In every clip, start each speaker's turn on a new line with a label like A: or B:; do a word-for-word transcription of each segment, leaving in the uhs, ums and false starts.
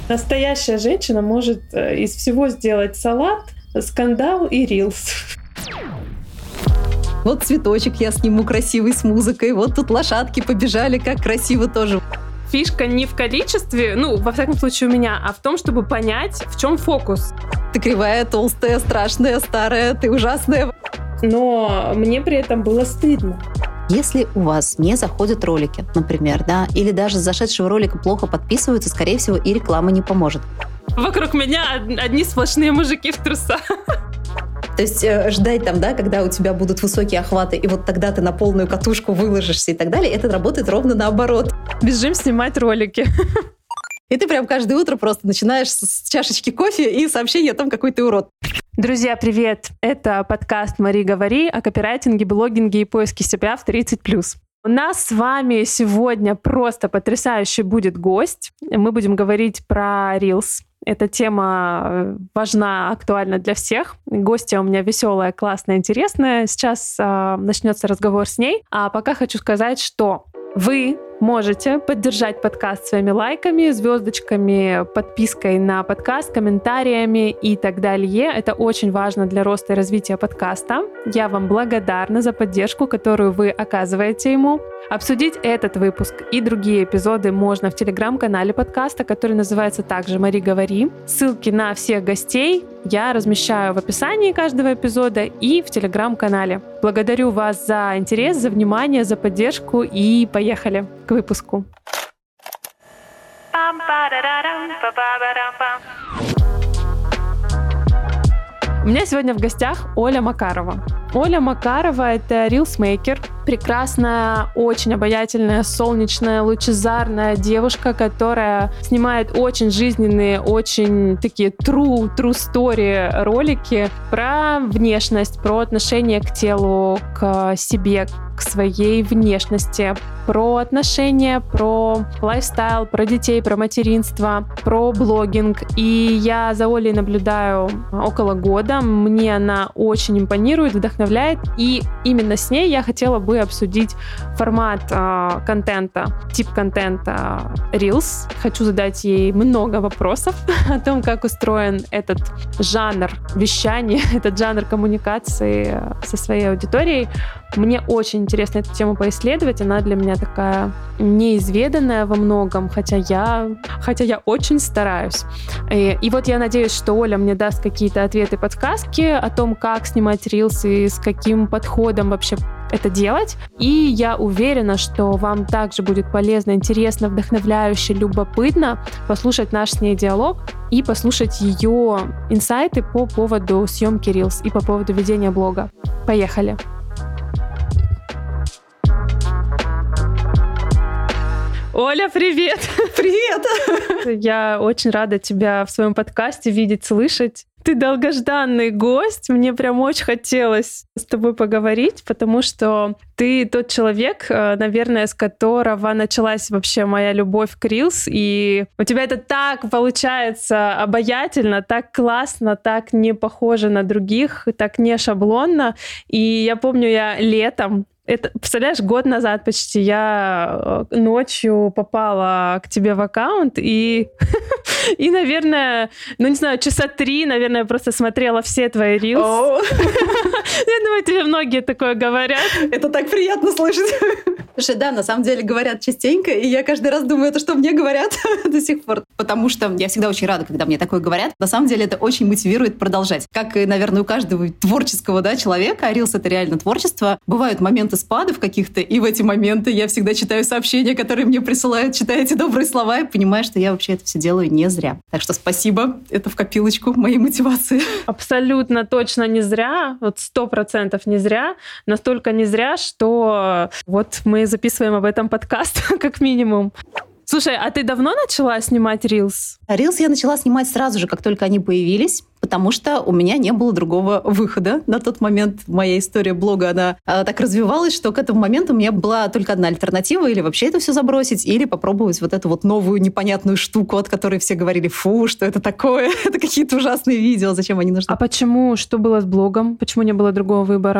A: Настоящая женщина может из всего сделать салат, скандал и рилс.
B: Вот цветочек я сниму красивый с музыкой, вот тут лошадки побежали, как красиво тоже.
A: Фишка не в количестве, ну, во всяком случае у меня, а в том, чтобы понять, в чем фокус.
B: Ты кривая, толстая, страшная, старая, ты ужасная.
A: Но мне при этом было стыдно.
B: Если у вас не заходят ролики, например, да, или даже с зашедшего ролика плохо подписываются, скорее всего, и реклама не поможет.
A: Вокруг меня одни сплошные мужики в трусах.
B: То есть э, ждать там, да, когда у тебя будут высокие охваты, и вот тогда ты на полную катушку выложишься и так далее, это работает ровно наоборот.
A: Бежим снимать ролики.
B: И ты прям каждое утро просто начинаешь с чашечки кофе и сообщение о том, какой ты урод.
A: Друзья, привет! Это подкаст «Мари, говори» о копирайтинге, блогинге и поиске себя в тридцать плюс. У нас с вами сегодня просто потрясающий будет гость. Мы будем говорить про Reels. Эта тема важна, актуальна для всех. Гостья у меня веселая, классная, интересная. Сейчас э, начнется разговор с ней. А пока хочу сказать, что вы можете поддержать подкаст своими лайками, звездочками, подпиской на подкаст, комментариями и так далее. Это очень важно для роста и развития подкаста. Я вам благодарна за поддержку, которую вы оказываете ему. Обсудить этот выпуск и другие эпизоды можно в телеграм-канале подкаста, который называется также «Мари, говори». Ссылки на всех гостей я размещаю в описании каждого эпизода и в телеграм-канале. Благодарю вас за интерес, за внимание, за поддержку и поехали к выпуску. У меня сегодня в гостях Оля Макарова. Оля Макарова — это рилсмейкер, прекрасная, очень обаятельная, солнечная, лучезарная девушка, которая снимает очень жизненные, очень такие true, true story ролики про внешность, про отношение к телу, к себе, к своей внешности, про отношения, про лайфстайл, про детей, про материнство, про блогинг. И я за Олей наблюдаю около года. Мне она очень импонирует, вдохновляет. И именно с ней я хотела бы обсудить формат э, контента, тип контента Reels. Хочу задать ей много вопросов о том, как устроен этот жанр вещания, этот жанр коммуникации со своей аудиторией. Мне очень интересно эту тему поисследовать. Она для меня такая неизведанная во многом, хотя я, хотя я очень стараюсь. И, и вот я надеюсь, что Оля мне даст какие-то ответы, подсказки о том, как снимать рилс и с каким подходом вообще это делать. И я уверена, что вам также будет полезно, интересно, вдохновляюще, любопытно послушать наш с ней диалог и послушать ее инсайты по поводу съемки рилс и по поводу ведения блога. Поехали! Оля, привет!
B: Привет!
A: Я очень рада тебя в своем подкасте видеть, слышать. Ты долгожданный гость. Мне прям очень хотелось с тобой поговорить, потому что ты тот человек, наверное, с которого началась вообще моя любовь к Reels. И у тебя это так получается обаятельно, так классно, так не похоже на других, так не шаблонно. И я помню, я летом, это, представляешь, год назад почти я ночью попала к тебе в аккаунт и, и, наверное, ну не знаю, часа три, наверное, просто смотрела все твои рилс.
B: Oh.
A: Я думаю, тебе многие такое говорят.
B: Это так приятно слышать. Слушай, да, на самом деле говорят частенько, и я каждый раз думаю, это что мне говорят до сих пор. Потому что я всегда очень рада, когда мне такое говорят. На самом деле это очень мотивирует продолжать. Как и, наверное, у каждого творческого, да, человека, а рилс — это реально творчество. Бывают моменты спадов каких-то, и в эти моменты я всегда читаю сообщения, которые мне присылают, читаю эти добрые слова и понимаю, что я вообще это все делаю не зря. Так что спасибо, это в копилочку моей мотивации.
A: Абсолютно точно не зря, вот сто процентов не зря, настолько не зря, что вот мы записываем об этом подкаст, как минимум. Слушай, а ты давно начала снимать рилс?
B: Рилс я начала снимать сразу же, как только они появились, потому что у меня не было другого выхода. На тот момент моя история блога, она э, так развивалась, что к этому моменту у меня была только одна альтернатива: или вообще это все забросить, или попробовать вот эту вот новую непонятную штуку, от которой все говорили: фу, что это такое? Это какие-то ужасные видео, зачем они нужны?
A: А почему? Что было с блогом? Почему не было другого выбора?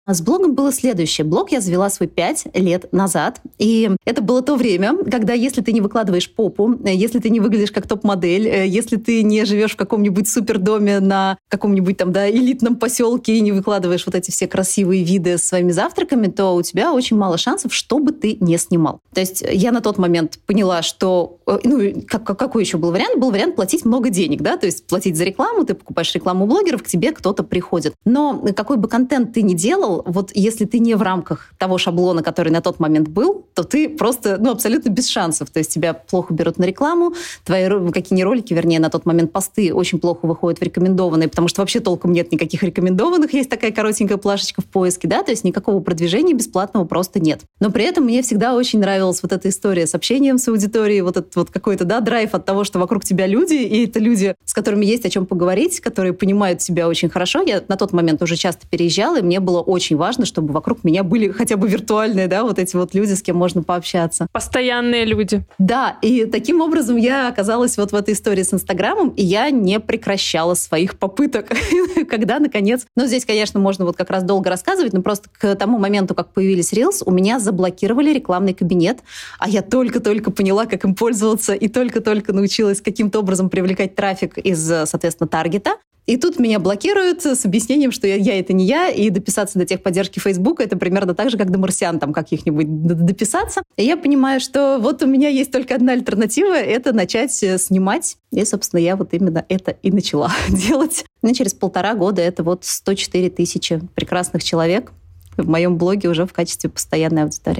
B: С блогом было следующее. Блог я завела свой пять лет назад. И это было то время, когда если ты не выкладываешь попу, если ты не выглядишь как топ-модель, если ты не живешь в каком-нибудь супердоме на каком-нибудь там, да, элитном поселке и не выкладываешь вот эти все красивые виды с своими завтраками, то у тебя очень мало шансов, что бы ты не снимал. То есть я на тот момент поняла, что... Ну, как, какой еще был вариант? Был вариант платить много денег, да, то есть платить за рекламу, ты покупаешь рекламу у блогеров, к тебе кто-то приходит. Но какой бы контент ты ни делал, вот если ты не в рамках того шаблона, который на тот момент был, то ты просто, ну, абсолютно без шансов. То есть тебя плохо берут на рекламу, твои какие-нибудь ролики, вернее, на тот момент посты очень плохо выходят в рекомендованные, потому что вообще толком нет никаких рекомендованных, есть такая коротенькая плашечка в поиске, да, то есть никакого продвижения бесплатного просто нет. Но при этом мне всегда очень нравилась вот эта история с общением с аудиторией, вот этот вот какой-то, да, драйв от того, что вокруг тебя люди, и это люди, с которыми есть о чем поговорить, которые понимают себя очень хорошо. Я на тот момент уже часто переезжала, и мне было очень важно, чтобы вокруг меня были хотя бы виртуальные, да, вот эти вот люди, с кем можно пообщаться.
A: Постоянные люди.
B: Да, и таким образом я оказалась вот в этой истории с Инстаграмом, и я не прекращала своих попыток, когда, наконец... Ну, здесь, конечно, можно вот как раз долго рассказывать, но просто к тому моменту, как появились Reels, у меня заблокировали рекламный кабинет, а я только-только поняла, как им пользоваться, и только-только научилась каким-то образом привлекать трафик из, соответственно, таргета. И тут меня блокируют с объяснением, что я, я это не я, и дописаться до техподдержки Фейсбука это примерно так же, как до марсиан там каких-нибудь дописаться. И я понимаю, что вот у меня есть только одна альтернатива — это начать снимать. И, собственно, я вот именно это и начала делать. Ну, через полтора года это вот сто четыре тысячи прекрасных человек в моем блоге уже в качестве постоянной аудитории.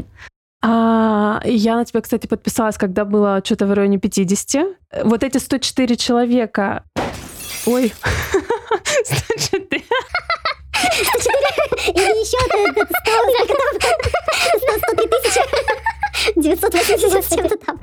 A: А, я на тебя, кстати, подписалась, когда было что-то в районе пятьдесят. Вот эти сто четыре человека... Ой, сто четыре.
C: сто четыре. И еще сто три тысячи девятьсот восемьдесят с чем-то там.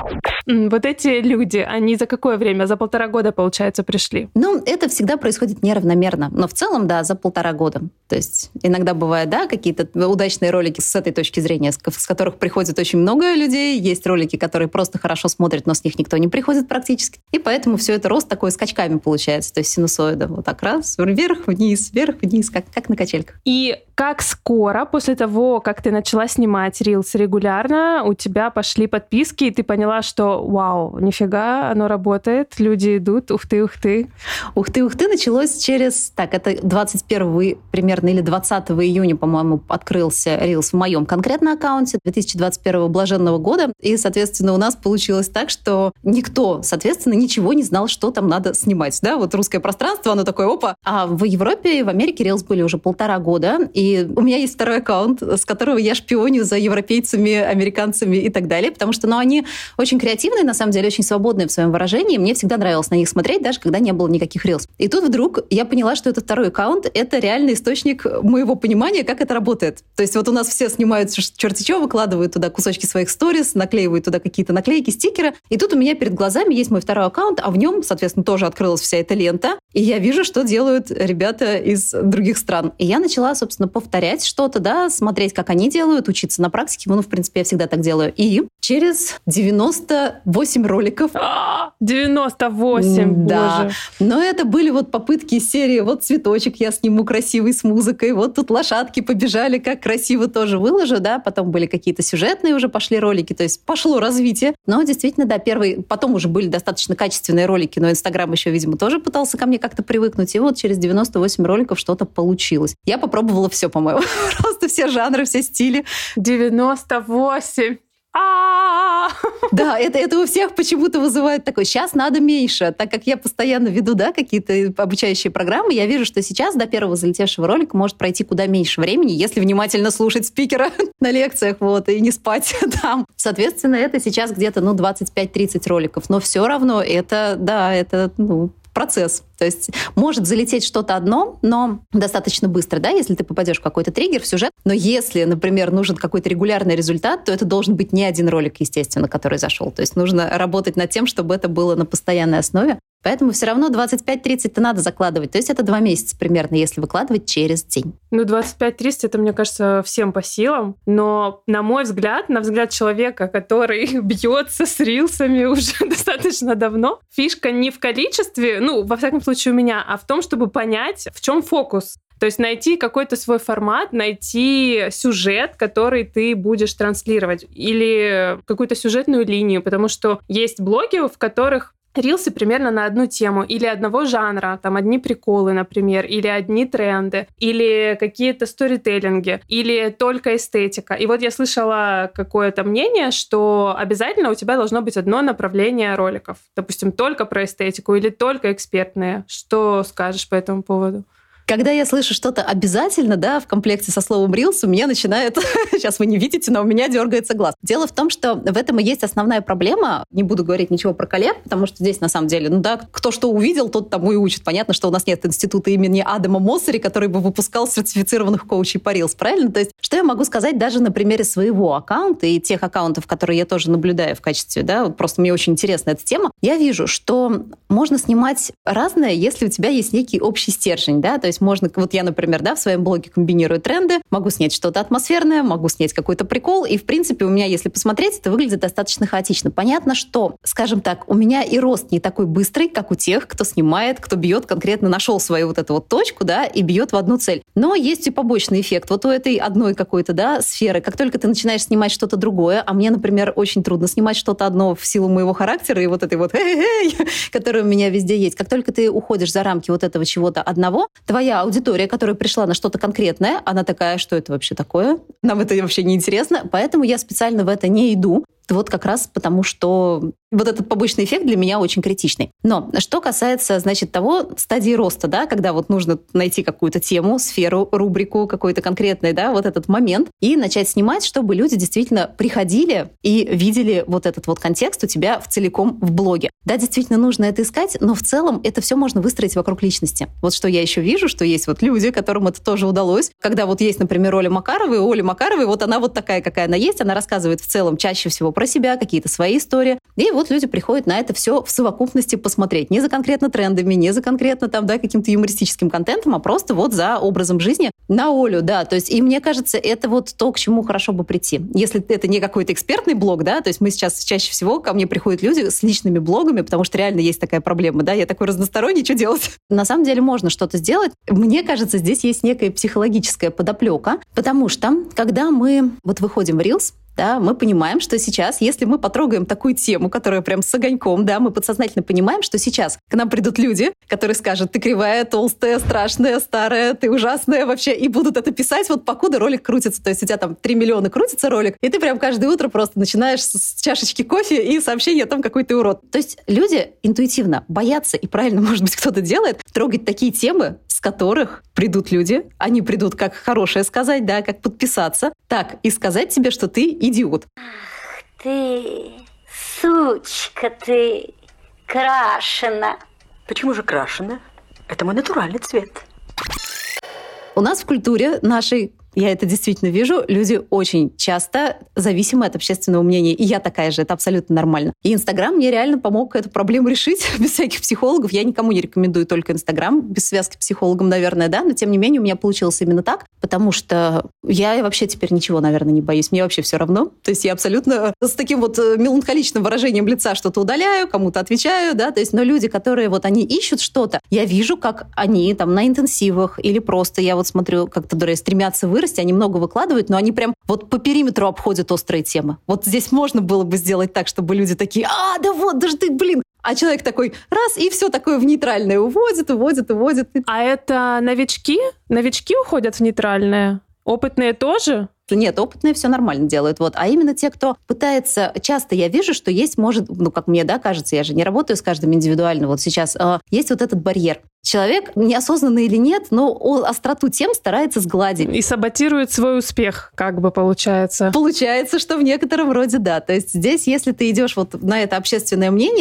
A: Вот эти люди, они за какое время? За полтора года, получается, пришли?
B: Ну, это всегда происходит неравномерно. Но в целом, да, за полтора года. То есть иногда бывают, да, какие-то удачные ролики с этой точки зрения, с которых приходит очень много людей. Есть ролики, которые просто хорошо смотрят, но с них никто не приходит практически. И поэтому все это рост такой скачками получается. То есть синусоида. Вот так раз, вверх, вниз, вверх, вниз, как, как на качельках.
A: И как скоро после того, как ты начала снимать рилсы регулярно, у тебя пошли подписки, и ты поняла, что вау, нифига, оно работает, люди идут, ух ты, ух ты.
B: Ух ты, ух ты началось через... Так, это двадцать первого примерно или двадцатого июня, по-моему, открылся рилс в моем конкретно аккаунте две тысячи двадцать первого блаженного года. И, соответственно, у нас получилось так, что никто, соответственно, ничего не знал, что там надо снимать. Да, вот русское пространство, оно такое, опа. А в Европе и в Америке рилс были уже полтора года. И у меня есть второй аккаунт, с которого я шпионю за европейцами, американцами и так далее, потому что, ну, они очень креативные, на самом деле, очень свободные в своем выражении. Мне всегда нравилось на них смотреть, даже когда не было никаких рилс. И тут вдруг я поняла, что этот второй аккаунт — это реальный источник моего понимания, как это работает. То есть вот у нас все снимают черти чё, выкладывают туда кусочки своих сторис, наклеивают туда какие-то наклейки, стикеры. И тут у меня перед глазами есть мой второй аккаунт, а в нем, соответственно, тоже открылась вся эта лента. И я вижу, что делают ребята из других стран. И я начала, собственно, повторять что-то, да, смотреть, как они делают, учиться на практике. Ну, в принципе, я всегда так делаю. И через девяносто восемь роликов...
A: девяносто восемь,
B: да.
A: Боже.
B: Но это были вот попытки из серии «Вот цветочек я сниму красивый с музыкой», «Вот тут лошадки побежали, как красиво тоже выложу», да. Потом были какие-то сюжетные уже пошли ролики, то есть пошло развитие. Но действительно, да, первые... Потом уже были достаточно качественные ролики, но Инстаграм еще, видимо, тоже пытался ко мне как-то привыкнуть. И вот через девяносто восемь роликов что-то получилось. Я попробовала все, по-моему. Просто все жанры, все стили.
A: девяносто восемь.
B: Да, это, это у всех почему-то вызывает такой, сейчас надо меньше. Так как я постоянно веду, да, какие-то обучающие программы, я вижу, что сейчас до первого залетевшего ролика может пройти куда меньше времени, если внимательно слушать спикера на лекциях, вот, и не спать там. Соответственно, это сейчас где-то, ну, двадцать пять тридцать роликов. Но все равно это, да, это, ну, процесс. То есть может залететь что-то одно, но достаточно быстро, да, если ты попадешь в какой-то триггер, в сюжет. Но если, например, нужен какой-то регулярный результат, то это должен быть не один ролик, естественно, который зашел. То есть нужно работать над тем, чтобы это было на постоянной основе. Поэтому все равно двадцать пять тридцать-то надо закладывать. То есть это два месяца примерно, если выкладывать через день.
A: Ну, двадцать пять тридцать это, мне кажется, всем по силам. Но, на мой взгляд, на взгляд человека, который бьется с рилсами уже достаточно давно, фишка не в количестве, ну, во всяком случае у меня, а в том, чтобы понять, в чем фокус. То есть найти какой-то свой формат, найти сюжет, который ты будешь транслировать, или какую-то сюжетную линию, потому что есть блоги, в которых рилсы примерно на одну тему, или одного жанра, там одни приколы, например, или одни тренды, или какие-то сторителлинги, или только эстетика. И вот я слышала какое-то мнение, что обязательно у тебя должно быть одно направление роликов. Допустим, только про эстетику или только экспертные. Что скажешь по этому поводу?
B: Когда я слышу что-то обязательно, да, в комплекте со словом «рилс», у меня начинает, сейчас вы не видите, но у меня дергается глаз. Дело в том, что в этом и есть основная проблема. Не буду говорить ничего про коллег, потому что здесь, на самом деле, ну да, кто что увидел, тот тому и учит. Понятно, что у нас нет института имени Адама Моссери, который бы выпускал сертифицированных коучей по рилс, правильно? То есть, что я могу сказать даже на примере своего аккаунта и тех аккаунтов, которые я тоже наблюдаю в качестве, да, вот просто мне очень интересна эта тема. Я вижу, что можно снимать разное, если у тебя есть некий общий стержень, да, то есть можно, вот я, например, да, в своем блоге комбинирую тренды, могу снять что-то атмосферное, могу снять какой-то прикол, и, в принципе, у меня, если посмотреть, это выглядит достаточно хаотично. Понятно, что, скажем так, у меня и рост не такой быстрый, как у тех, кто снимает, кто бьет конкретно, нашел свою вот эту вот точку, да, и бьет в одну цель. Но есть и побочный эффект. Вот у этой одной какой-то, да, сферы, как только ты начинаешь снимать что-то другое, а мне, например, очень трудно снимать что-то одно в силу моего характера и вот этой вот «эй-эй-эй», которая у меня везде есть. Как только ты уходишь за рамки вот этого чего-то одного, твоя аудитория, которая пришла на что-то конкретное, она такая, что это вообще такое? Нам это вообще не интересно. Поэтому я специально в это не иду. Вот как раз потому, что вот этот побочный эффект для меня очень критичный. Но что касается, значит, того стадии роста, да, когда вот нужно найти какую-то тему, сферу, рубрику, какой-то конкретный, да, вот этот момент, и начать снимать, чтобы люди действительно приходили и видели вот этот вот контекст у тебя в целиком в блоге. Да, действительно нужно это искать, но в целом это все можно выстроить вокруг личности. Вот что я еще вижу, что есть вот люди, которым это тоже удалось. Когда вот есть, например, Оля Макарова, и Оля Макаровой, вот она вот такая, какая она есть, она рассказывает в целом чаще всего про себя, какие-то свои истории. И вот люди приходят на это все в совокупности посмотреть. Не за конкретно трендами, не за конкретно там, да, каким-то юмористическим контентом, а просто вот за образом жизни на Олю, да. То есть, и мне кажется, это вот то, к чему хорошо бы прийти. Если это не какой-то экспертный блог, да, то есть мы сейчас чаще всего ко мне приходят люди с личными блогами, потому что реально есть такая проблема, да, я такой разносторонний, что делать? На самом деле можно что-то сделать. Мне кажется, здесь есть некая психологическая подоплека, потому что, когда мы вот выходим в Reels, да, мы понимаем, что сейчас, если мы потрогаем такую тему, которая прям с огоньком, да, мы подсознательно понимаем, что сейчас к нам придут люди, которые скажут: ты кривая, толстая, страшная, старая, ты ужасная вообще, и будут это писать вот покуда ролик крутится. То есть у тебя там три миллиона крутится ролик, и ты прям каждое утро просто начинаешь с чашечки кофе и сообщение о том, какой ты урод. То есть люди интуитивно боятся, и правильно, может быть, кто-то делает, трогать такие темы, с которых придут люди, они придут как хорошее сказать, да, как подписаться, так и сказать тебе, что ты идиот.
C: Ах ты, сучка ты, крашена.
D: Почему же крашена? Это мой натуральный цвет.
B: У нас в культуре нашей, я это действительно вижу, люди очень часто зависимы от общественного мнения. И я такая же, это абсолютно нормально. И Инстаграм мне реально помог эту проблему решить без всяких психологов. Я никому не рекомендую только Инстаграм, без связки психологом, наверное, да, но тем не менее у меня получилось именно так, потому что я вообще теперь ничего, наверное, не боюсь. Мне вообще все равно. То есть я абсолютно с таким вот меланхоличным выражением лица что-то удаляю, кому-то отвечаю, да, то есть, но люди, которые вот они ищут что-то, я вижу, как они там на интенсивах или просто я вот смотрю, как-то, которые стремятся вырасти, они много выкладывают, но они прям вот по периметру обходят острые темы. Вот здесь можно было бы сделать так, чтобы люди такие: а, да вот, даже ты, блин. А человек такой раз, и все такое в нейтральное уводит, уводит, уводит.
A: А это новички? Новички уходят в нейтральное? Опытные тоже?
B: Нет, опытные все нормально делают. Вот. А именно те, кто пытается... Часто я вижу, что есть, может, ну, как мне, да, кажется, я же не работаю с каждым индивидуально. Вот сейчас э, есть вот этот барьер. Человек, неосознанно или нет, но он остроту тем старается сгладить.
A: И саботирует свой успех, как бы получается.
B: Получается, что в некотором роде да. То есть здесь, если ты идешь вот на это общественное мнение,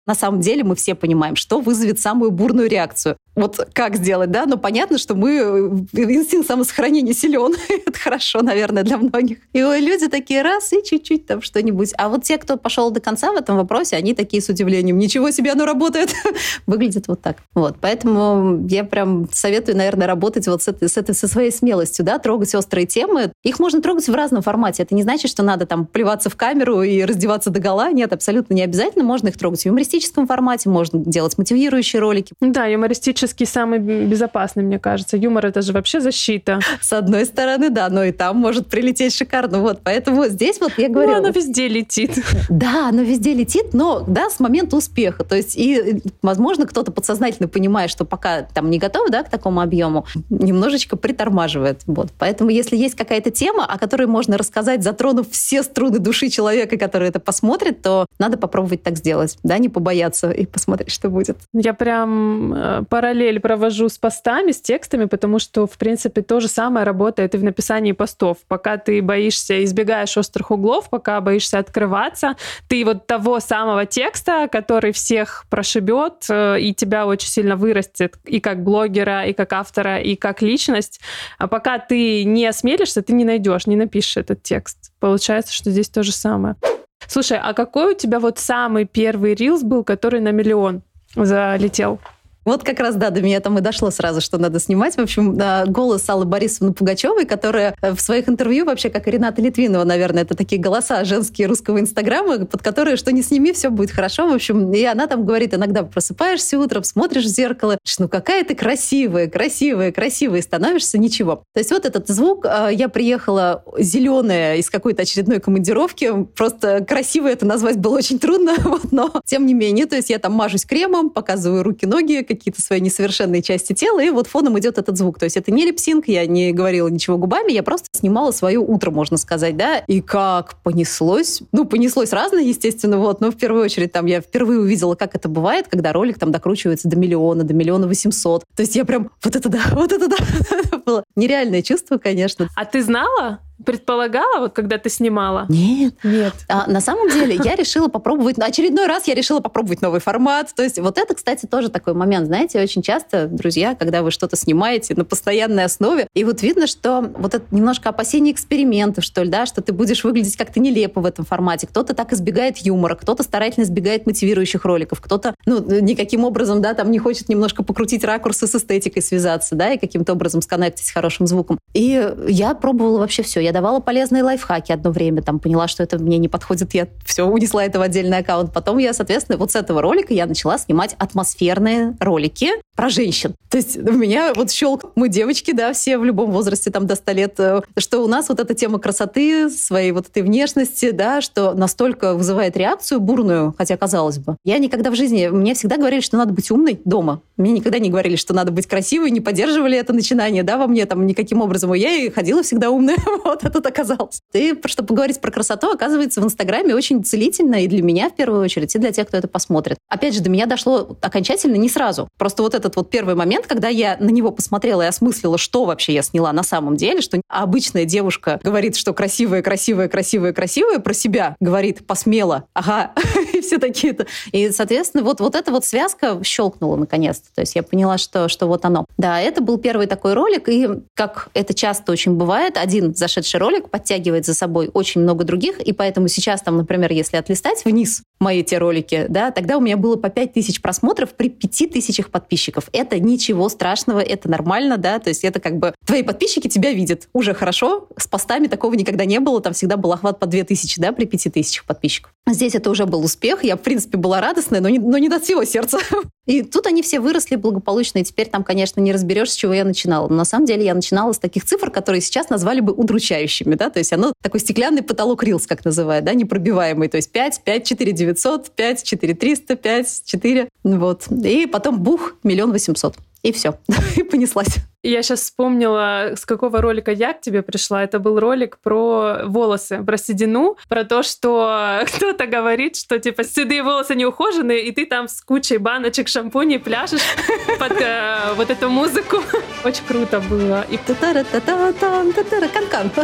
B: На самом деле мы все понимаем, что вызовет самую бурную реакцию. Вот как сделать, да? Но понятно, что мы... Инстинкт самосохранения силен. Это хорошо, наверное, для многих. И ой, люди такие раз и чуть-чуть там что-нибудь. А вот те, кто пошел до конца в этом вопросе, они такие с удивлением. Ничего себе, оно работает. Выглядит вот так. Вот. Поэтому я прям советую, наверное, работать вот с этой, с этой, со своей смелостью, да, трогать острые темы. Их можно трогать в разном формате. Это не значит, что надо там плеваться в камеру и раздеваться догола. Нет, абсолютно не обязательно. Можно их трогать в юмористическом формате, можно делать мотивирующие ролики.
A: Да, юмористический самый безопасный, мне кажется. Юмор — это же вообще защита.
B: С одной стороны, да, но и там может прилететь шикарно. Вот, поэтому здесь вот я говорю...
A: Ну, оно везде летит.
B: Да, оно везде летит, но, да, с момента успеха. То есть, и, возможно, кто-то подсознательно понимает, что пока там не готов, да, к такому объему, немножечко притормаживает. Вот. Поэтому, если есть какая-то тема, о которой можно рассказать, затронув все струны души человека, который это посмотрит, то надо попробовать так сделать, да, не побояться и посмотреть, что будет.
A: Я прям параллель провожу с постами, с текстами, потому что, в принципе, то же самое работает и в написании постов. Пока ты боишься, избегаешь острых углов, пока боишься открываться, ты вот того самого текста, который всех прошибет и тебя очень сильно вырастет и как блогера, и как автора, и как личность, а пока ты не осмелишься, ты не найдешь, не напишешь этот текст. Получается, что здесь то же самое. Слушай, а какой у тебя вот самый первый рилс был, который на миллион залетел?
B: Вот как раз, да, до меня там и дошло сразу, что надо снимать. В общем, голос Аллы Борисовны Пугачевой, которая в своих интервью, вообще как и Рената Литвинова, наверное, это такие голоса женские русского инстаграма, под которые что ни сними, все будет хорошо. В общем, и она там говорит, иногда просыпаешься утром, смотришь в зеркало, ну какая ты красивая, красивая, красивая, и становишься ничего. То есть вот этот звук, я приехала зеленая из какой-то очередной командировки, просто красиво это назвать было очень трудно, вот, но тем не менее, то есть я там мажусь кремом, показываю руки, ноги, какие-то свои несовершенные части тела, и вот фоном идет этот звук. То есть это не липсинг, я не говорила ничего губами, я просто снимала свое утро, можно сказать, да, и как понеслось. Ну, понеслось разное, естественно, вот, но в первую очередь там я впервые увидела, как это бывает, когда ролик там докручивается до миллиона, до миллиона восемьсот. То есть я прям, вот это да, вот это да. Было нереальное чувство, конечно.
A: А ты знала? Предполагала, вот когда ты снимала?
B: Нет.
A: Нет.
B: А, на самом деле я решила попробовать, очередной раз я решила попробовать новый формат. То есть вот это, кстати, тоже такой момент. Знаете, очень часто, друзья, когда вы что-то снимаете на постоянной основе, и вот видно, что вот это немножко опасение экспериментов, что ли, да, что ты будешь выглядеть как-то нелепо в этом формате. Кто-то так избегает юмора, кто-то старательно избегает мотивирующих роликов, кто-то, ну, никаким образом, да, там не хочет немножко покрутить ракурсы с эстетикой связаться, да, и каким-то образом сконнектить с хорошим звуком. И я пробовала вообще все. Я давала полезные лайфхаки одно время, там поняла, что это мне не подходит, я все, унесла это в отдельный аккаунт. Потом я, соответственно, вот с этого ролика я начала снимать атмосферные ролики про женщин. То есть у меня вот щелк, мы девочки, да, все в любом возрасте, там до ста лет, что у нас вот эта тема красоты, своей вот этой внешности, да, что настолько вызывает реакцию бурную, хотя казалось бы. Я никогда в жизни, мне всегда говорили, что надо быть умной дома. Мне никогда не говорили, что надо быть красивой, не поддерживали это начинание, да, во мне там никаким образом. И я и ходила всегда умная, вот, а тут оказалось. И чтобы поговорить про красоту, оказывается, в Инстаграме очень целительно и для меня в первую очередь, и для тех, кто это посмотрит. Опять же, до меня дошло окончательно не сразу. Просто вот этот вот первый момент, когда я на него посмотрела и осмыслила, что вообще я сняла на самом деле, что обычная девушка говорит, что красивая, красивая, красивая, красивая, про себя говорит посмело, ага, и все такие-то. И, соответственно, вот, вот эта вот связка щелкнула наконец-то. То есть я поняла, что, что вот оно. Да, это был первый такой ролик, и, как это часто очень бывает, один зашедший ролик подтягивает за собой очень много других, и поэтому сейчас там, например, если отлистать вниз мои те ролики, да, тогда у меня было по пять тысяч просмотров при пяти тысячах подписчиков. Это ничего страшного, это нормально, да, то есть это как бы твои подписчики тебя видят. Уже хорошо, с постами такого никогда не было, там всегда был охват по две тысячи, да, при пяти тысячах подписчиков. Здесь это уже был успех, я, в принципе, была радостная, но не, но не до всего сердца. И тут они все выросли благополучно, и теперь там, конечно, не разберешь, с чего я начинала. Но на самом деле я начинала с таких цифр, которые сейчас назвали бы удручающими, да, то есть оно такой стеклянный потолок рилс, как называют, да, непробиваемый, то есть пять, пять, четыре, девятьсот, пять, четыре, триста, пять, четыре, вот. И потом бух, миллион восемьсот. И все, и понеслась.
A: Я сейчас вспомнила, с какого ролика я к тебе пришла. Это был ролик про волосы, про седину, про то, что кто-то говорит, что типа седые волосы неухоженные, и ты там с кучей баночек шампуней пляшешь под э, вот эту музыку. Очень круто было. И
B: Кан-кан.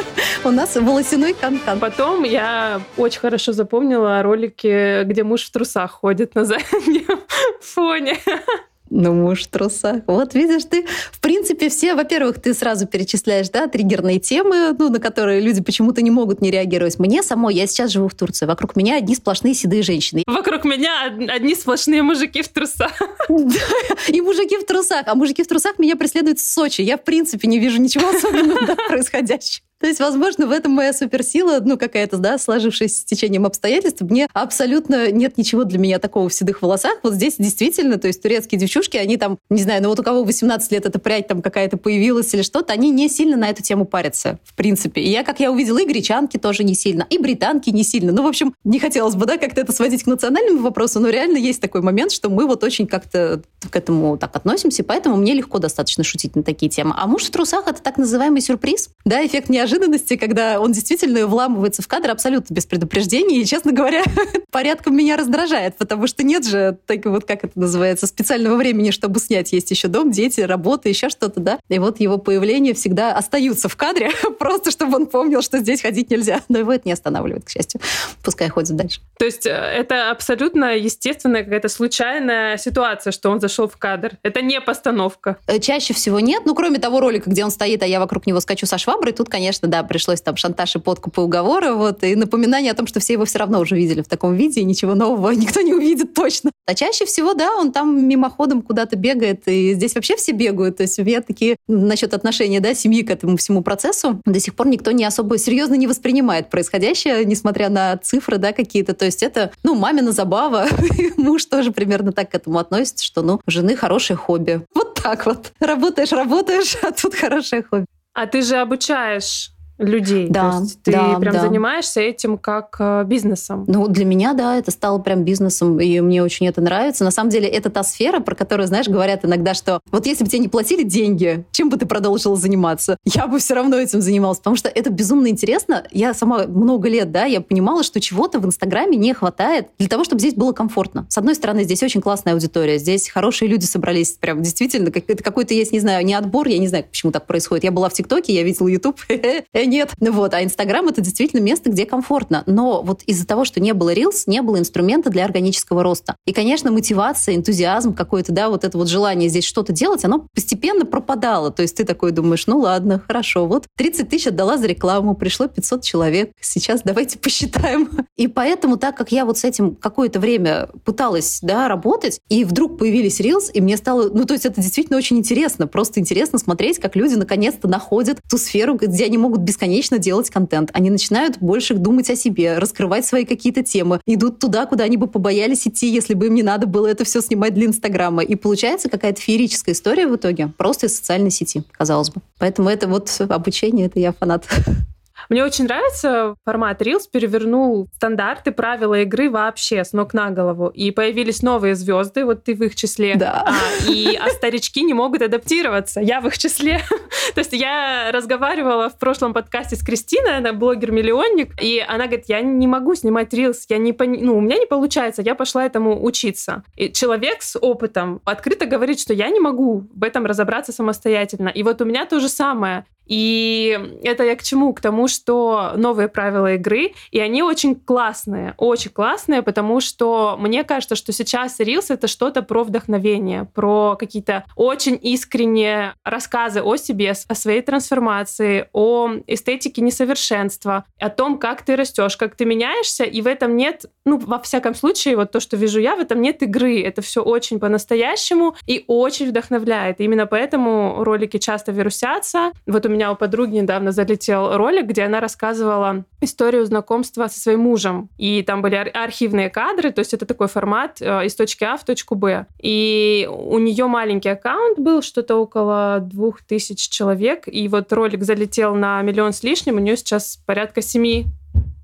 B: У нас волосяной кан-кан.
A: потом я очень хорошо запомнила ролики, где муж в трусах ходит на заднем фоне.
B: Ну, муж в трусах. Вот видишь, ты, в принципе, все, во-первых, ты сразу перечисляешь, да, триггерные темы, ну, на которые люди почему-то не могут не реагировать. Мне самой, я сейчас живу в Турции, вокруг меня одни сплошные седые женщины.
A: Вокруг меня одни сплошные мужики в трусах.
B: Да, и мужики в трусах. А мужики в трусах меня преследуют в Сочи. Я, в принципе, не вижу ничего особенного да, происходящего. То есть, возможно, в этом моя суперсила, ну, какая-то, да, сложившаяся с течением обстоятельств. Мне абсолютно нет ничего для меня такого в седых волосах. Вот здесь действительно, то есть турецкие девчушки, они там, не знаю, ну вот у кого восемнадцать лет эта прядь там какая-то появилась или что-то, они не сильно на эту тему парятся, в принципе. И я, как я увидела, и гречанки тоже не сильно, и британки не сильно. Ну, в общем, не хотелось бы, да, как-то это сводить к национальному вопросу, но реально есть такой момент, что мы вот очень как-то к этому так относимся, поэтому мне легко достаточно шутить на такие темы. А муж в трусах — это так называой сюрприз, да, эффект неожиданности, неожиданности, когда он действительно вламывается в кадр абсолютно без предупреждения. И, честно говоря, порядком меня раздражает, потому что нет же, так вот как это называется, специального времени, чтобы снять. Есть еще дом, дети, работа, еще что-то, да. И вот его появление всегда остаются в кадре, просто чтобы он помнил, что здесь ходить нельзя. Но его это не останавливает, к счастью. Пускай ходит дальше.
A: То есть это абсолютно естественная какая-то случайная ситуация, что он зашел в кадр. Это не постановка.
B: Чаще всего нет. Ну, кроме того ролика, где он стоит, а я вокруг него скачу со шваброй, тут, конечно, да, пришлось там шантаж и подкуп и уговоры, вот, и напоминание о том, что все его все равно уже видели в таком виде, и ничего нового никто не увидит точно. А чаще всего, да, он там мимоходом куда-то бегает, и здесь вообще все бегают. То есть у меня такие насчет отношения, да, семьи к этому всему процессу до сих пор никто не особо серьезно не воспринимает происходящее, несмотря на цифры, да, какие-то. То есть это, ну, мамина забава. Муж тоже примерно так к этому относится, что, ну, у жены хорошее хобби. Вот так вот. Работаешь, работаешь, а тут хорошее хобби.
A: А ты же обучаешь людей.
B: Да,
A: то есть ты
B: да,
A: прям
B: да.
A: занимаешься этим как э, бизнесом.
B: Ну, для меня, да, это стало прям бизнесом, и мне очень это нравится. На самом деле, это та сфера, про которую, знаешь, говорят иногда, что вот если бы тебе не платили деньги, чем бы ты продолжила заниматься? Я бы все равно этим занималась, потому что это безумно интересно. Я сама много лет, да, я понимала, что чего-то в Инстаграме не хватает для того, чтобы здесь было комфортно. С одной стороны, здесь очень классная аудитория, здесь хорошие люди собрались, прям действительно, как, это какой-то есть, не знаю, не отбор, я не знаю, почему так происходит. Я была в ТикТоке, я видела Ютуб, нет. Вот. А Инстаграм — это действительно место, где комфортно. Но вот из-за того, что не было Reels, не было инструмента для органического роста. И, конечно, мотивация, энтузиазм какой-то, да, вот это вот желание здесь что-то делать, оно постепенно пропадало. То есть ты такой думаешь, ну ладно, хорошо, вот тридцать тысяч отдала за рекламу, пришло пятьсот человек, сейчас давайте посчитаем. И поэтому, так как я вот с этим какое-то время пыталась, да, работать, и вдруг появились Reels, и мне стало, ну то есть это действительно очень интересно, просто интересно смотреть, как люди наконец-то находят ту сферу, где они могут бесконечно делать контент. Они начинают больше думать о себе, раскрывать свои какие-то темы, идут туда, куда они бы побоялись идти, если бы им не надо было это все снимать для Инстаграма. И получается какая-то феерическая история в итоге, просто из социальной сети, казалось бы. Поэтому это вот обучение, это я фанат.
A: Мне очень нравится формат Reels, перевернул стандарты, правила игры вообще с ног на голову. И появились новые звезды, вот ты в их числе.
B: Да.
A: А, и, а старички не могут адаптироваться. Я в их числе. То есть я разговаривала в прошлом подкасте с Кристиной, она блогер-миллионник, и она говорит, я не могу снимать Reels, я не пон... ну, у меня не получается, я пошла этому учиться. И человек с опытом открыто говорит, что я не могу в этом разобраться самостоятельно. И вот у меня то же самое. И это я к чему? К тому, что новые правила игры, и они очень классные, очень классные, потому что мне кажется, что сейчас Reels — это что-то про вдохновение, про какие-то очень искренние рассказы о себе, о своей трансформации, о эстетике несовершенства, о том, как ты растешь, как ты меняешься, и в этом нет, ну, во всяком случае, вот то, что вижу я, в этом нет игры. Это все очень по-настоящему и очень вдохновляет. И именно поэтому ролики часто вирусятся. Вот у меня У меня у подруги недавно залетел ролик, где она рассказывала историю знакомства со своим мужем. И там были ар- архивные кадры, то есть это такой формат э, из точки А в точку Б. И у нее маленький аккаунт был, что-то около двух тысяч человек. И вот ролик залетел на миллион с лишним, у нее сейчас порядка семи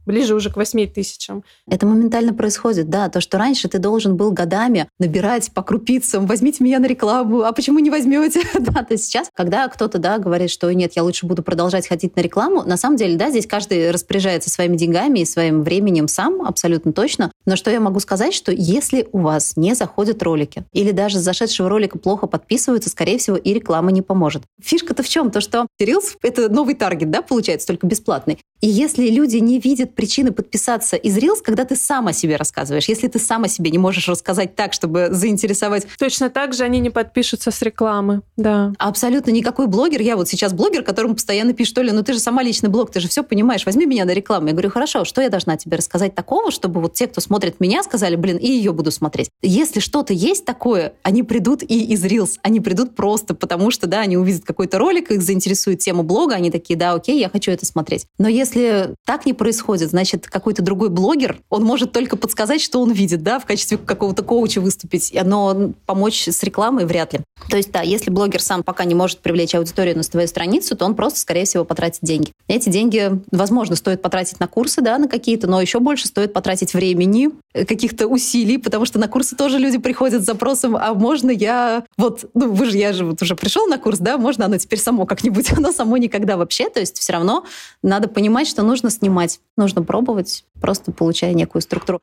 A: ближе уже к восьми тысячам.
B: Это моментально происходит, да. То, что раньше ты должен был годами набирать по крупицам, возьмите меня на рекламу, а почему не возьмете? Да, то сейчас, когда кто-то, да, говорит, что нет, я лучше буду продолжать ходить на рекламу, на самом деле, да, здесь каждый распоряжается своими деньгами и своим временем сам, абсолютно точно. Но что я могу сказать, что если у вас не заходят ролики, или даже с зашедшего ролика плохо подписываются, скорее всего, и реклама не поможет. Фишка-то в чем? То, что Reels — это новый таргет, да, получается, только бесплатный. И если люди не видят причины подписаться из Reels, когда ты сам о себе рассказываешь, если ты сам о себе не можешь рассказать так, чтобы заинтересовать...
A: Точно так же они не подпишутся с рекламы, да.
B: Абсолютно никакой блогер. Я вот сейчас блогер, которому постоянно пишут: Оля, ну ты же сама личный блог, ты же все понимаешь, возьми меня на рекламу. Я говорю: хорошо, что я должна тебе рассказать такого, чтобы вот те, кто смотрит меня, сказали: блин, и ее буду смотреть. Если что-то есть такое, они придут и из Reels, они придут просто потому, что, да, они увидят какой-то ролик, их заинтересует тема блога, они такие: да, окей, я хочу это смотреть. Но если так не происходит, значит, какой-то другой блогер, он может только подсказать, что он видит, да, в качестве какого-то коуча выступить, но помочь с рекламой вряд ли. То есть, да, если блогер сам пока не может привлечь аудиторию на свою страницу, то он просто, скорее всего, потратит деньги. Эти деньги, возможно, стоит потратить на курсы, да, на какие-то, но еще больше стоит потратить времени, каких-то усилий, потому что на курсы тоже люди приходят с запросом: а можно я... Вот, ну, вы же, я же вот уже пришел на курс, да, можно оно теперь само как-нибудь, оно само никогда вообще. То есть все равно надо понимать, что нужно снимать, нужно пробовать, просто получая некую структуру.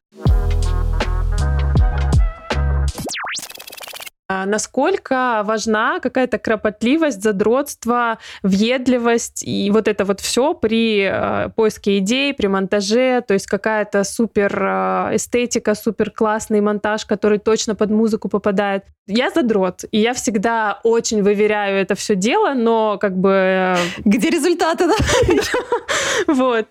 A: Насколько важна какая-то кропотливость, задротство, въедливость и вот это вот все при э, поиске идей, при монтаже, то есть какая-то супер э, эстетика, супер классный монтаж, который точно под музыку попадает. Я задрот, и я всегда очень выверяю это все дело, но как бы... Э...
B: Где результаты, да?
A: Вот.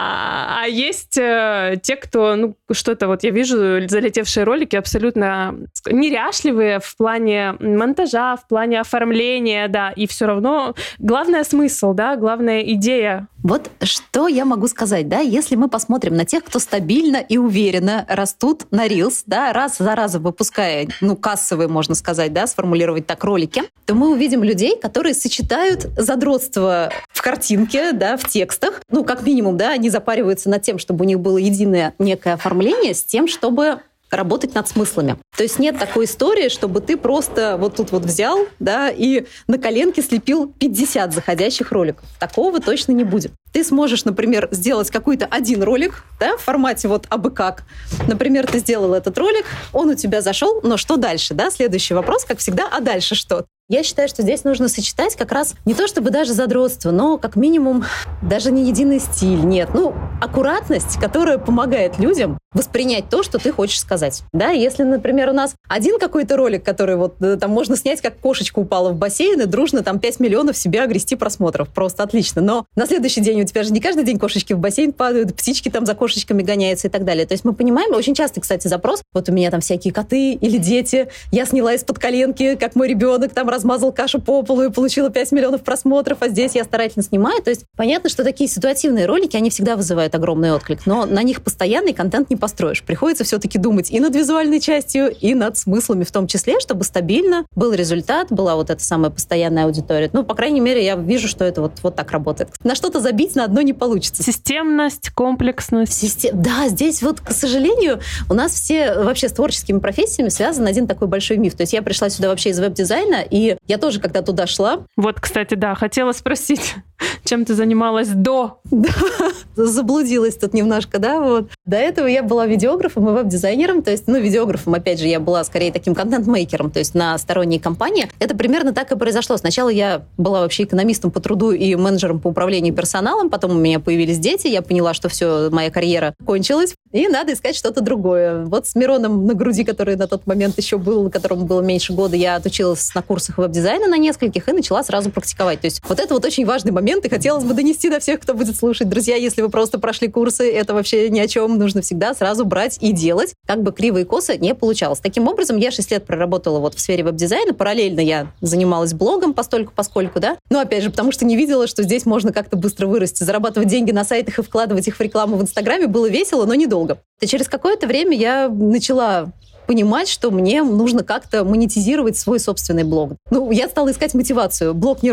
A: А есть те, кто, ну, что-то вот я вижу, залетевшие ролики абсолютно неряшливые в плане монтажа, в плане оформления, да, и все равно главное смысл, да, главная идея.
B: Вот что я могу сказать, да, если мы посмотрим на тех, кто стабильно и уверенно растут на Reels, да, раз за разом выпуская, ну, кассовые, можно сказать, да, сформулировать так, ролики, то мы увидим людей, которые сочетают задротство в картинке, да, в текстах, ну, как минимум, да, они запариваются над тем, чтобы у них было единое некое оформление, с тем, чтобы работать над смыслами. То есть нет такой истории, чтобы ты просто вот тут вот взял, да, и на коленке слепил пятьдесят заходящих роликов. Такого точно не будет. Ты сможешь, например, сделать какой-то один ролик, да, в формате вот абы как. Например, ты сделал этот ролик, он у тебя зашел, но что дальше, да? Следующий вопрос, как всегда, а дальше что? Я считаю, что здесь нужно сочетать как раз не то чтобы даже задротство, но как минимум даже не единый стиль, нет. Ну, аккуратность, которая помогает людям воспринять то, что ты хочешь сказать. Да, если, например, у нас один какой-то ролик, который вот там можно снять, как кошечка упала в бассейн, и дружно там пять миллионов себе огрести просмотров. Просто отлично. Но на следующий день у тебя же не каждый день кошечки в бассейн падают, птички там за кошечками гоняются и так далее. То есть мы понимаем, очень часто, кстати, запрос, вот у меня там всякие коты или дети, я сняла из-под коленки, как мой ребенок там размазал кашу по полу и получила пять миллионов просмотров, а здесь я старательно снимаю. То есть понятно, что такие ситуативные ролики, они всегда вызывают огромный отклик, но на них постоянный контент не построишь. Приходится все-таки думать и над визуальной частью, и над смыслами в том числе, чтобы стабильно был результат, была вот эта самая постоянная аудитория. Ну, по крайней мере, я вижу, что это вот, вот так работает. На что-то забить на одно не получится.
A: Системность, комплексность.
B: Систем... Да, здесь вот, к сожалению, у нас все вообще с творческими профессиями связан один такой большой миф. То есть я пришла сюда вообще из веб-дизайна, и я тоже, когда туда шла...
A: Вот, кстати, да, хотела спросить, чем ты занималась до?
B: Да, заблудилась тут немножко, да, вот. До этого я была видеографом и веб-дизайнером, то есть, ну, видеографом, опять же, я была скорее таким контент-мейкером, то есть на сторонней компании. Это примерно так и произошло. Сначала я была вообще экономистом по труду и менеджером по управлению персоналом, потом у меня появились дети, я поняла, что все, моя карьера кончилась, и надо искать что-то другое. Вот с Мироном на груди, который на тот момент еще был, которому было меньше года, я отучилась на курсах веб-дизайна на нескольких и начала сразу практиковать. То есть вот это вот очень важный момент, и хотелось бы донести до всех, кто будет слушать. Друзья, если вы просто прошли курсы, это вообще ни о чем, нужно всегда сразу брать и делать, как бы криво и косо не получалось. Таким образом, я шесть лет проработала вот в сфере веб-дизайна, параллельно я занималась блогом постольку, поскольку, да, но опять же, потому что не видела, что здесь можно как-то быстро вырасти, зарабатывать деньги на сайтах и вкладывать их в рекламу в Инстаграме было весело, но недолго. И через какое-то время я начала понимать, что мне нужно как-то монетизировать свой собственный блог. Ну, я стала искать мотивацию. Блог не рос,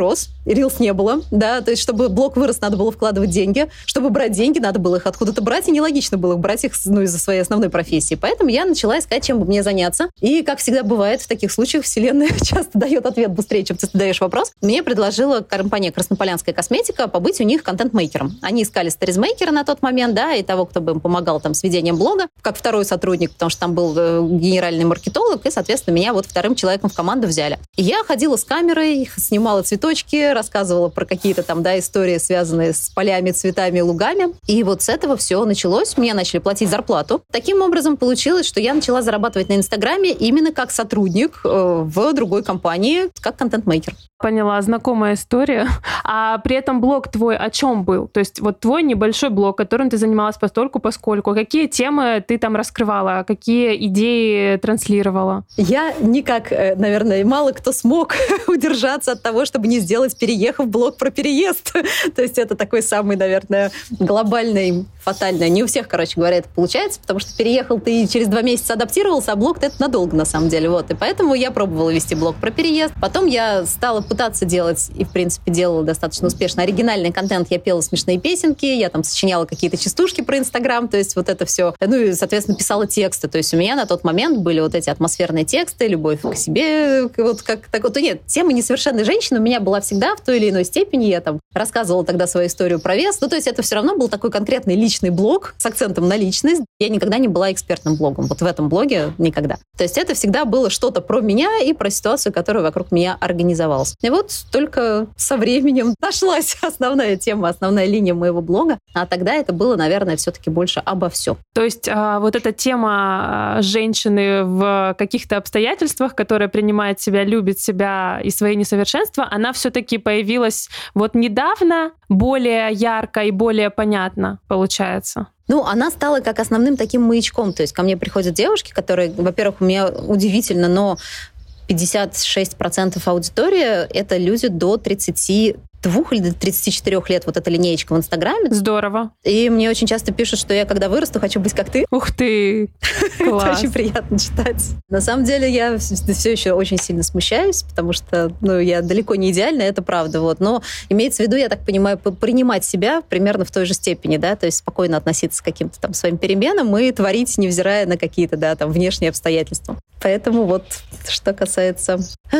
B: Reels не было, да, то есть чтобы блог вырос, надо было вкладывать деньги, чтобы брать деньги, надо было их откуда-то брать, и нелогично было брать их, ну, из-за своей основной профессии. Поэтому я начала искать, чем бы мне заняться. И, как всегда бывает в таких случаях, вселенная часто дает ответ быстрее, чем ты задаешь вопрос. Мне предложила компания «Краснополянская косметика» побыть у них контент-мейкером. Они искали сторизмейкера на тот момент, да, и того, кто бы им помогал там с ведением блога, как второй сотрудник, потому что там был э, генеральный маркетолог, и, соответственно, меня вот вторым человеком в команду взяли. И я ходила с камерой, снимала цветочки, рассказывала про какие-то там, да, истории, связанные с полями, цветами, лугами. И вот с этого все началось. Мне начали платить зарплату. Таким образом, получилось, что я начала зарабатывать на Инстаграме именно как сотрудник э, в другой компании, как контент-мейкер.
A: Поняла, знакомая история. А при этом блог твой о чем был? То есть вот твой небольшой блог, которым ты занималась постольку, поскольку. Какие темы ты там раскрывала? Какие идеи транслировала?
B: Я никак, наверное, мало кто смог удержаться от того, чтобы не сделать переехав блог про переезд. То есть это такой самый, наверное, глобальный, фатальный. Не у всех, короче говоря, это получается, потому что переехал ты и через два месяца адаптировался, а блог-то это надолго на самом деле. Вот. И поэтому я пробовала вести блог про переезд. Потом я стала пытаться делать, и, в принципе, делала достаточно успешно оригинальный контент. Я пела смешные песенки, я там сочиняла какие-то частушки про Инстаграм, то есть вот это все. Ну и, соответственно, писала тексты. То есть у меня на тот момент были вот эти атмосферные тексты, любовь к себе, вот как так вот. Нет, тема несовершенной женщины у меня была всегда в той или иной степени. Я там рассказывала тогда свою историю про вес. Ну, то есть это все равно был такой конкретный личный блог с акцентом на личность. Я никогда не была экспертным блогом. Вот в этом блоге никогда. То есть это всегда было что-то про меня и про ситуацию, которая вокруг меня организовалась. И вот только со временем нашлась основная тема, основная линия моего блога. А тогда это было, наверное, все-таки больше обо всем.
A: То есть а, вот эта тема женщины в каких-то обстоятельствах, которая принимает себя, любит себя и свои несовершенства, она все-таки появилась вот недавно, более ярко и более понятно, получается.
B: Ну, она стала как основным таким маячком. То есть ко мне приходят девушки, которые, во-первых, у меня удивительно, но пятьдесят шесть процентов аудитории — это люди до тридцати двух или до тридцати четырёх лет, вот эта линеечка в Инстаграме.
A: Здорово.
B: И мне очень часто пишут, что я, когда вырасту, хочу быть как ты.
A: Ух ты! Класс.
B: Это очень приятно читать. На самом деле я все еще очень сильно смущаюсь, потому что, ну, я далеко не идеальна, это правда. Вот. Но имеется в виду, я так понимаю, принимать себя примерно в той же степени, да, то есть спокойно относиться к каким-то там своим переменам и творить, невзирая на какие-то, да, там, внешние обстоятельства. Поэтому вот, что касается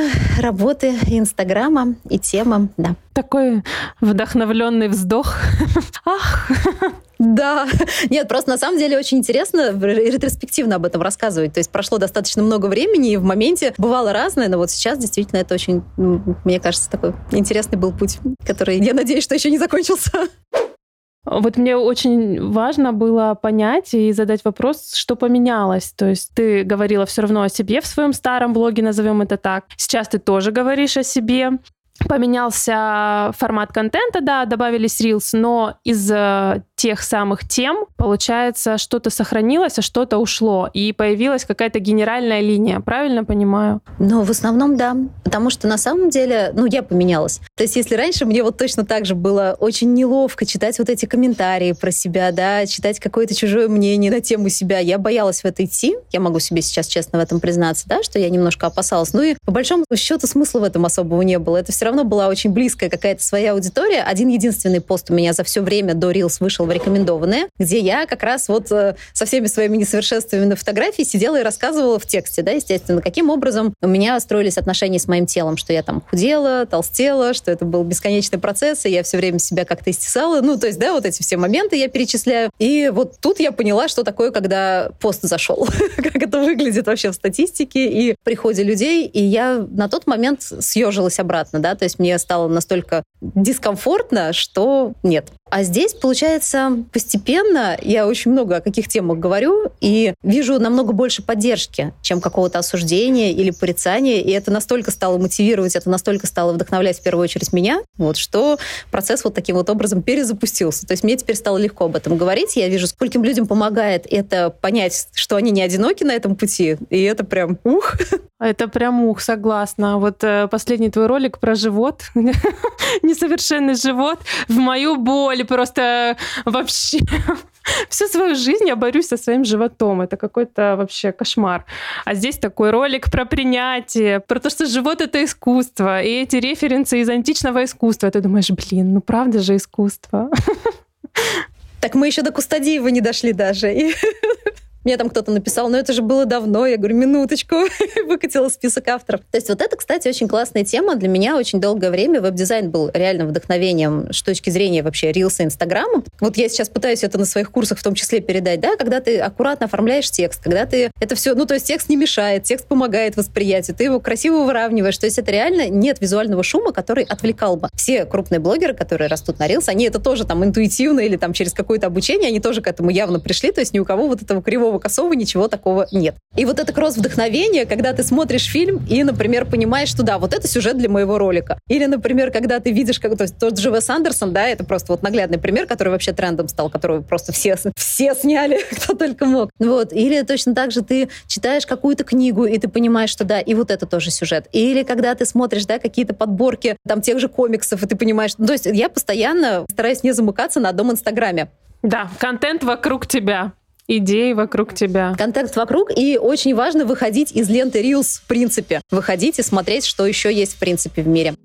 B: работы Инстаграма и темы, да.
A: Такой вдохновленный вздох. Ах!
B: Да. Нет, просто на самом деле очень интересно ретроспективно об этом рассказывать. То есть прошло достаточно много времени, и в моменте бывало разное, но вот сейчас действительно это очень, мне кажется, такой интересный был путь, который, я надеюсь, что еще не закончился.
A: Вот мне очень важно было понять и задать вопрос, что поменялось. То есть ты говорила все равно о себе в своем старом блоге, назовем это так. Сейчас ты тоже говоришь о себе. Поменялся формат контента, да, добавились Reels, но из э, тех самых тем, получается, что-то сохранилось, а что-то ушло, и появилась какая-то генеральная линия, правильно понимаю?
B: Ну, в основном, да, потому что на самом деле, ну, я поменялась. То есть если раньше мне вот точно так же было очень неловко читать вот эти комментарии про себя, да, читать какое-то чужое мнение на тему себя, я боялась в это идти, я могу себе сейчас честно в этом признаться, да, что я немножко опасалась, ну и по большому счету смысла в этом особого не было, это все равно была очень близкая какая-то своя аудитория. Один единственный пост у меня за все время до Reels вышел в рекомендованные, где я как раз вот э, со всеми своими несовершенствами на фотографии сидела и рассказывала в тексте, да, естественно, каким образом у меня строились отношения с моим телом, что я там худела, толстела, что это был бесконечный процесс, и я все время себя как-то истесала. Ну, то есть, да, вот эти все моменты я перечисляю. И вот тут я поняла, что такое, когда пост зашел, как это выглядит вообще в статистике и приходе людей. И я на тот момент съежилась обратно, да, то есть мне стало настолько дискомфортно, что нет. А здесь, получается, постепенно я очень много о каких темах говорю и вижу намного больше поддержки, чем какого-то осуждения или порицания, и это настолько стало мотивировать, это настолько стало вдохновлять в первую очередь меня, вот, что процесс вот таким вот образом перезапустился. То есть мне теперь стало легко об этом говорить, я вижу, скольким людям помогает это понять, что они не одиноки на этом пути, и это прям ух!
A: Это прям ух, согласна. Вот э, последний твой ролик про живот, несовершенный живот, в мою боль просто вообще Всю свою жизнь я борюсь со своим животом. Это какой-то вообще кошмар. А здесь такой ролик про принятие, про то, что живот — это искусство. И эти референсы из античного искусства. Ты думаешь, блин, ну правда же искусство?
E: Так мы еще до Кустадиева не дошли даже. И мне там кто-то написал, ну это же было давно. Я говорю, минуточку, выкатила список авторов. То есть вот это, кстати, очень классная тема. Для меня очень долгое время веб-дизайн был реально вдохновением с точки зрения вообще рилса и инстаграма. Вот я сейчас пытаюсь это на своих курсах в том числе передать, да, когда ты аккуратно оформляешь текст, когда ты это все, ну то есть текст не мешает, текст помогает восприятию, ты его красиво выравниваешь. То есть это реально нет визуального шума, который отвлекал бы. Все крупные блогеры, которые растут на рилс, они это тоже там интуитивно или там через какое-то обучение, они тоже к этому явно пришли, то есть ни у кого вот этого кривого косого ничего такого нет. И вот это кросс-вдохновение, когда ты смотришь фильм и, например, понимаешь, что да, вот это сюжет для моего ролика. Или, например, когда ты видишь, как, то есть тот же Уэс Андерсон, да, это просто вот наглядный пример, который вообще трендом стал, которого просто все, все сняли, кто только мог. Вот. Или точно так же ты читаешь какую-то книгу, и ты понимаешь, что да, и вот это тоже сюжет. Или когда ты смотришь, да, какие-то подборки там тех же комиксов, и ты понимаешь, ну, то есть я постоянно стараюсь не замыкаться на одном Инстаграме.
A: Да, контент вокруг тебя. Идеи вокруг тебя.
E: Контекст вокруг, и очень важно выходить из ленты Reels, в принципе. Выходить и смотреть, что еще есть, в принципе, в мире.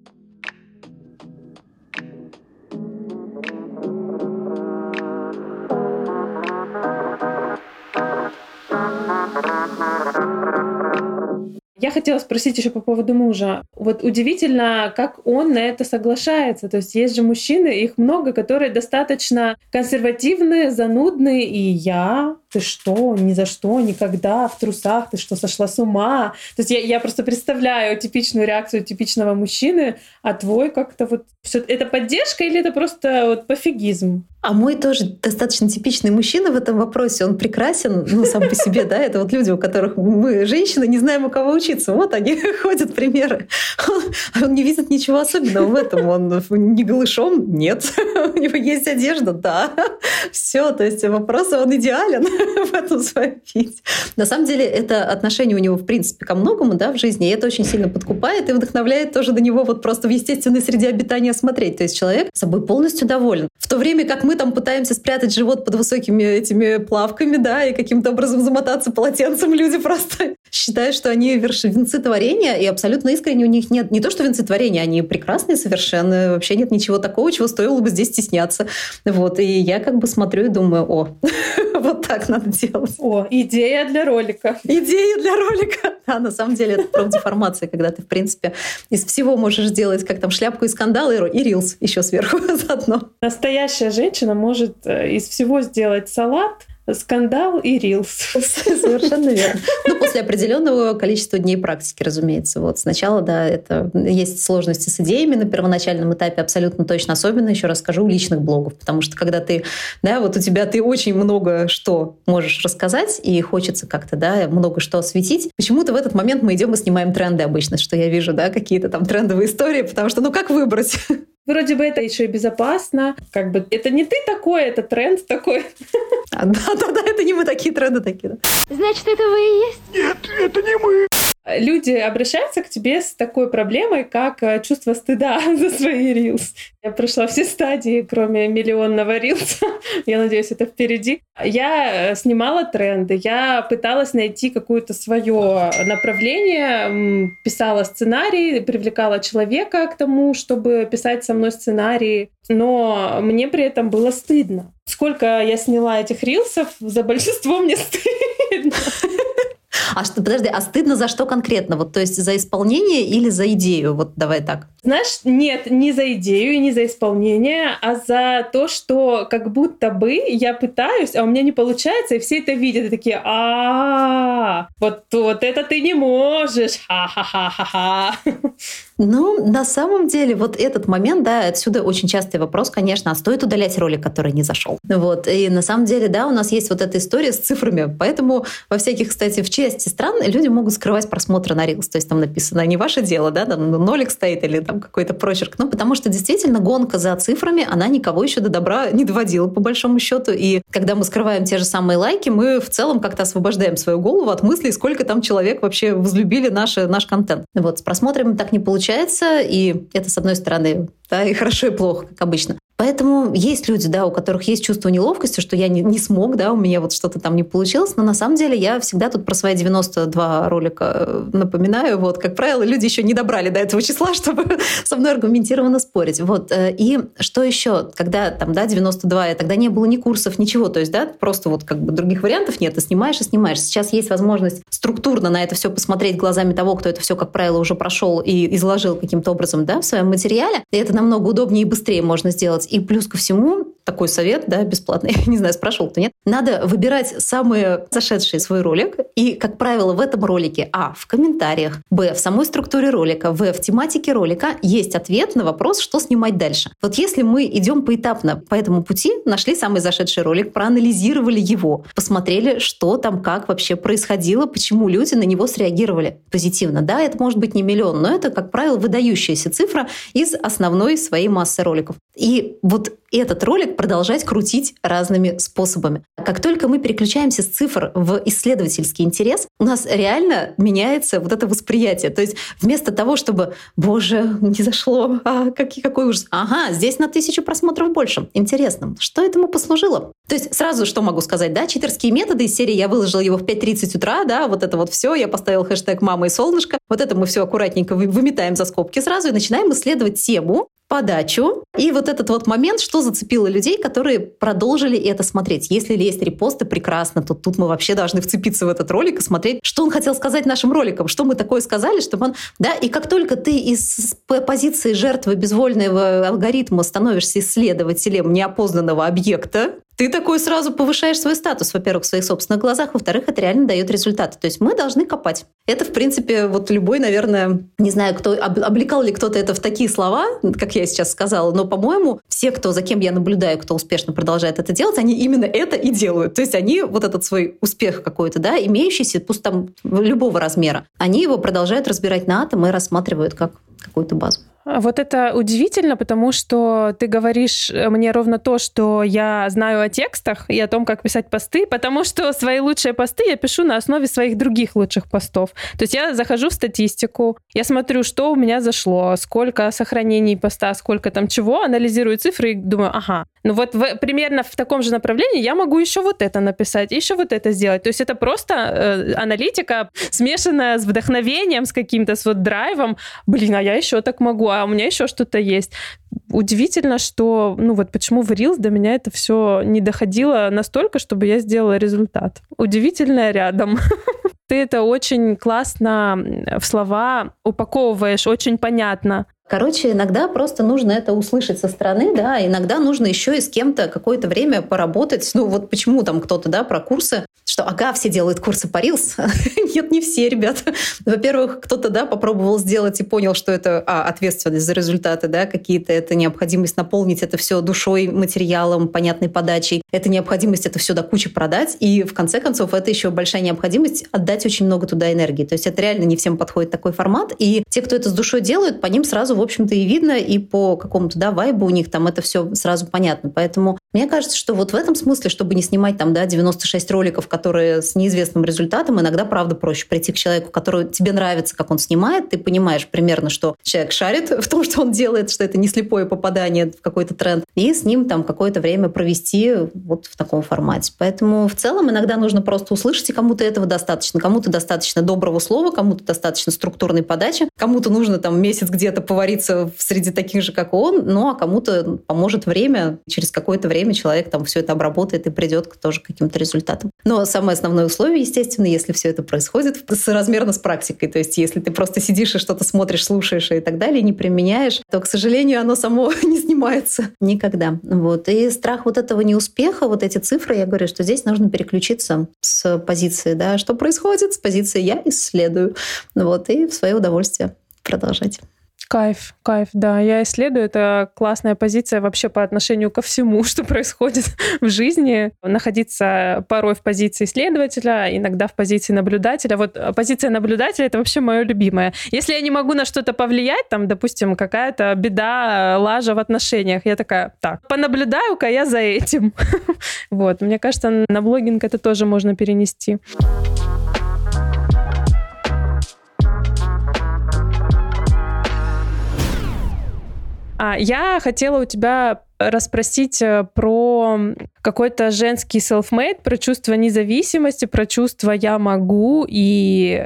A: Я хотела спросить еще по поводу мужа. Вот удивительно, как он на это соглашается. То есть есть же мужчины, их много, которые достаточно консервативные, занудные. И я? Ты что? Ни за что, никогда, в трусах? Ты что, сошла с ума? То есть я, я просто представляю типичную реакцию типичного мужчины, а твой как-то вот... Всё, это поддержка или это просто вот пофигизм?
E: А мой тоже достаточно типичный мужчина в этом вопросе. Он прекрасен, ну, сам по себе, да. Это вот люди, у которых мы, женщины, не знаем, у кого учиться. Вот они ходят примеры. Он, он не видит ничего особенного в этом. Он не голышом? Нет. У него есть одежда? Да. Все. То есть вопрос, он идеален в этом своем виде. На самом деле, это отношение у него, в принципе, ко многому, да, в жизни. И это очень сильно подкупает и вдохновляет тоже на него вот просто в естественной среде обитания смотреть. То есть человек собой полностью доволен. В то время как мы там пытаемся спрятать живот под высокими этими плавками, да, и каким-то образом замотаться полотенцем, люди просто считают, что они верши венцы творения, и абсолютно искренне у них нет не то, что венцы творения, они прекрасные совершенно, вообще нет ничего такого, чего стоило бы здесь стесняться. Вот, и я как бы смотрю и думаю, о, вот так надо делать.
A: О, идея для ролика.
E: Идея для ролика. Да, на самом деле это профдеформация, когда ты, в принципе, из всего можешь сделать, как там шляпку из скандала и рилс еще сверху заодно.
A: Настоящая женщина может из всего сделать салат, скандал и рилс.
E: Совершенно верно. Ну, после определенного количества дней практики, разумеется. Вот сначала, да, это есть сложности с идеями на первоначальном этапе, абсолютно точно. Особенно, еще раз скажу, у личных блогов. Потому что когда ты, да, вот у тебя ты очень много что можешь рассказать, и хочется как-то, да, много что осветить. Почему-то в этот момент мы идем и снимаем тренды обычно, что я вижу, да, какие-то там трендовые истории, потому что, ну, как выбрать?
A: Вроде бы это еще и безопасно. Как бы это не ты такой, это тренд такой.
E: Да-да-да, это не мы такие, тренды такие. Да.
C: Значит, это вы и есть?
D: Нет, это не мы.
A: Люди обращаются к тебе с такой проблемой, как чувство стыда за свои рилс. Я прошла все стадии, кроме миллионного рилса. Я надеюсь, это впереди. Я снимала тренды, я пыталась найти какое-то свое направление, писала сценарий, привлекала человека к тому, чтобы писать со мной сценарий. Но мне при этом было стыдно. Сколько я сняла этих рилсов, за большинство мне стыдно.
E: А что, подожди, а стыдно за что конкретно? Вот, то есть за исполнение или за идею? Вот давай так.
A: Знаешь, нет, не за идею и не за исполнение, а за то, что как будто бы я пытаюсь, а у меня не получается, и все это видят, и такие, а вот вот это ты не можешь, ха-ха-ха-ха-ха.
E: Ну, на самом деле, вот этот момент, да, отсюда очень частый вопрос, конечно, а стоит удалять ролик, который не зашел? Вот, и на самом деле, да, у нас есть вот эта история с цифрами, поэтому во всяких, кстати, в части стран люди могут скрывать просмотры на Reels, то есть там написано «не ваше дело», да, там нолик стоит или там какой-то прочерк, ну, потому что действительно гонка за цифрами, она никого еще до добра не доводила, по большому счету, и когда мы скрываем те же самые лайки, мы в целом как-то освобождаем свою голову от мыслей, сколько там человек вообще возлюбили наш, наш контент. Вот, с просмотрами так не получается, и это, с одной стороны, да, и хорошо, и плохо, как обычно. Поэтому есть люди, да, у которых есть чувство неловкости, что я не, не смог, да, у меня вот что-то там не получилось, но на самом деле я всегда тут про свои девяносто два ролика напоминаю. Вот, как правило, люди еще не добрали до этого числа, чтобы со мной аргументированно спорить. Вот. И что еще? Когда там, да, девяносто два, и тогда не было ни курсов, ничего, то есть, да, просто вот как бы других вариантов нет, ты снимаешь и снимаешь. Сейчас есть возможность структурно на это все посмотреть глазами того, кто это все, как правило, уже прошел и изложил каким-то образом, да, в своем материале. И это намного удобнее и быстрее можно сделать. И плюс ко всему, такой совет, да, бесплатный, не знаю, спрашивал кто, нет, надо выбирать самые зашедшие свой ролик, и, как правило, в этом ролике, а, в комментариях, б, в самой структуре ролика, в, в тематике ролика есть ответ на вопрос, что снимать дальше. Вот если мы идем поэтапно по этому пути, нашли самый зашедший ролик, проанализировали его, посмотрели, что там, как вообще происходило, почему люди на него среагировали позитивно. Да, это может быть не миллион, но это, как правило, выдающаяся цифра из основной своей массы роликов. И вот этот ролик продолжать крутить разными способами. Как только мы переключаемся с цифр в исследовательский интерес, у нас реально меняется вот это восприятие. То есть вместо того, чтобы «Боже, не зашло, а какой, какой ужас!» Ага, здесь на тысячу просмотров больше. Интересно, что этому послужило? То есть сразу что могу сказать, да, читерские методы из серии «Я выложила его в пять тридцать утра», да, вот это вот все, я поставила хэштег «Мама и солнышко», вот это мы все аккуратненько выметаем за скобки сразу и начинаем исследовать тему, подачу и вот этот вот момент, что зацепило людей, которые продолжили это смотреть. Если есть репосты, прекрасно, то тут мы вообще должны вцепиться в этот ролик и смотреть, что он хотел сказать нашим роликам, что мы такое сказали, чтобы он... Да, и как только ты из позиции жертвы безвольного алгоритма становишься исследователем неопознанного объекта, ты такой сразу повышаешь свой статус, во-первых, в своих собственных глазах, во-вторых, это реально дает результаты. То есть мы должны копать. Это, в принципе, вот любой, наверное, не знаю, кто облекал ли кто-то это в такие слова, как я сейчас сказала, но, по-моему, все, кто, за кем я наблюдаю, кто успешно продолжает это делать, они именно это и делают. То есть они вот этот свой успех какой-то, да, имеющийся, пусть там любого размера, они его продолжают разбирать на атомы и рассматривают как какую-то базу.
A: Вот это удивительно, потому что ты говоришь мне ровно то, что я знаю о текстах и о том, как писать посты, потому что свои лучшие посты я пишу на основе своих других лучших постов. То есть я захожу в статистику, я смотрю, что у меня зашло, сколько сохранений поста, сколько там чего, анализирую цифры и думаю, ага, ну вот в, примерно в таком же направлении я могу еще вот это написать, еще вот это сделать. То есть это просто э, аналитика, смешанная с вдохновением, с каким-то, с вот драйвом. Блин, а я еще так могу, а у меня еще что-то есть. Удивительно, что, ну вот почему в Reels до меня это все не доходило настолько, чтобы я сделала результат. Удивительное рядом. Ты это очень классно в слова упаковываешь, очень понятно.
E: Короче, иногда просто нужно это услышать со стороны, да, иногда нужно еще и с кем-то какое-то время поработать. Ну вот почему там кто-то, да, про курсы, что ага, все делают курсы по Reels. Нет, не все, ребята. Во-первых, кто-то, да, попробовал сделать и понял, что это а, ответственность за результаты, да, какие-то, это необходимость наполнить это все душой, материалом, понятной подачей, это необходимость это все до кучи продать, и в конце концов это еще большая необходимость отдать очень много туда энергии. То есть это реально не всем подходит такой формат, и те, кто это с душой делают, по ним сразу, в общем-то, и видно, и по какому-то, да, вайбу у них там это все сразу понятно. Поэтому мне кажется, что вот в этом смысле, чтобы не снимать там, да, девяносто шесть роликов, которые с неизвестным результатом, иногда, правда, проще прийти к человеку, который тебе нравится, как он снимает, ты понимаешь примерно, что человек шарит в том, что он делает, что это не слепое попадание в какой-то тренд, и с ним там какое-то время провести вот в таком формате. Поэтому в целом иногда нужно просто услышать, и кому-то этого достаточно. Кому-то достаточно доброго слова, кому-то достаточно структурной подачи, кому-то нужно там месяц где-то повариться среди таких же, как он, ну а кому-то поможет время, через какое-то время человек там все это обработает и придет к тоже каким-то результатам. Но самое основное условие, естественно, если все это происходит соразмерно с практикой, то есть если ты просто сидишь и что-то смотришь, слушаешь и так далее, не применяешь, то, к сожалению, оно само не снимается никогда. Вот. И страх вот этого неуспеха, вот эти цифры, я говорю, что здесь нужно переключиться с позиции, да, что происходит, с позиции «я исследую», вот, и в свое удовольствие продолжать.
A: Кайф, кайф, да. Я исследую. Это классная позиция вообще по отношению ко всему, что происходит в жизни. Находиться порой в позиции исследователя, иногда в позиции наблюдателя. Вот позиция наблюдателя — это вообще мое любимое. Если я не могу на что-то повлиять, там, допустим, какая-то беда, лажа в отношениях, я такая, так, понаблюдаю-ка я за этим. Вот. Мне кажется, на блогинг это тоже можно перенести. Я хотела у тебя расспросить про какой-то женский self-made, про чувство независимости, про чувство «я могу» и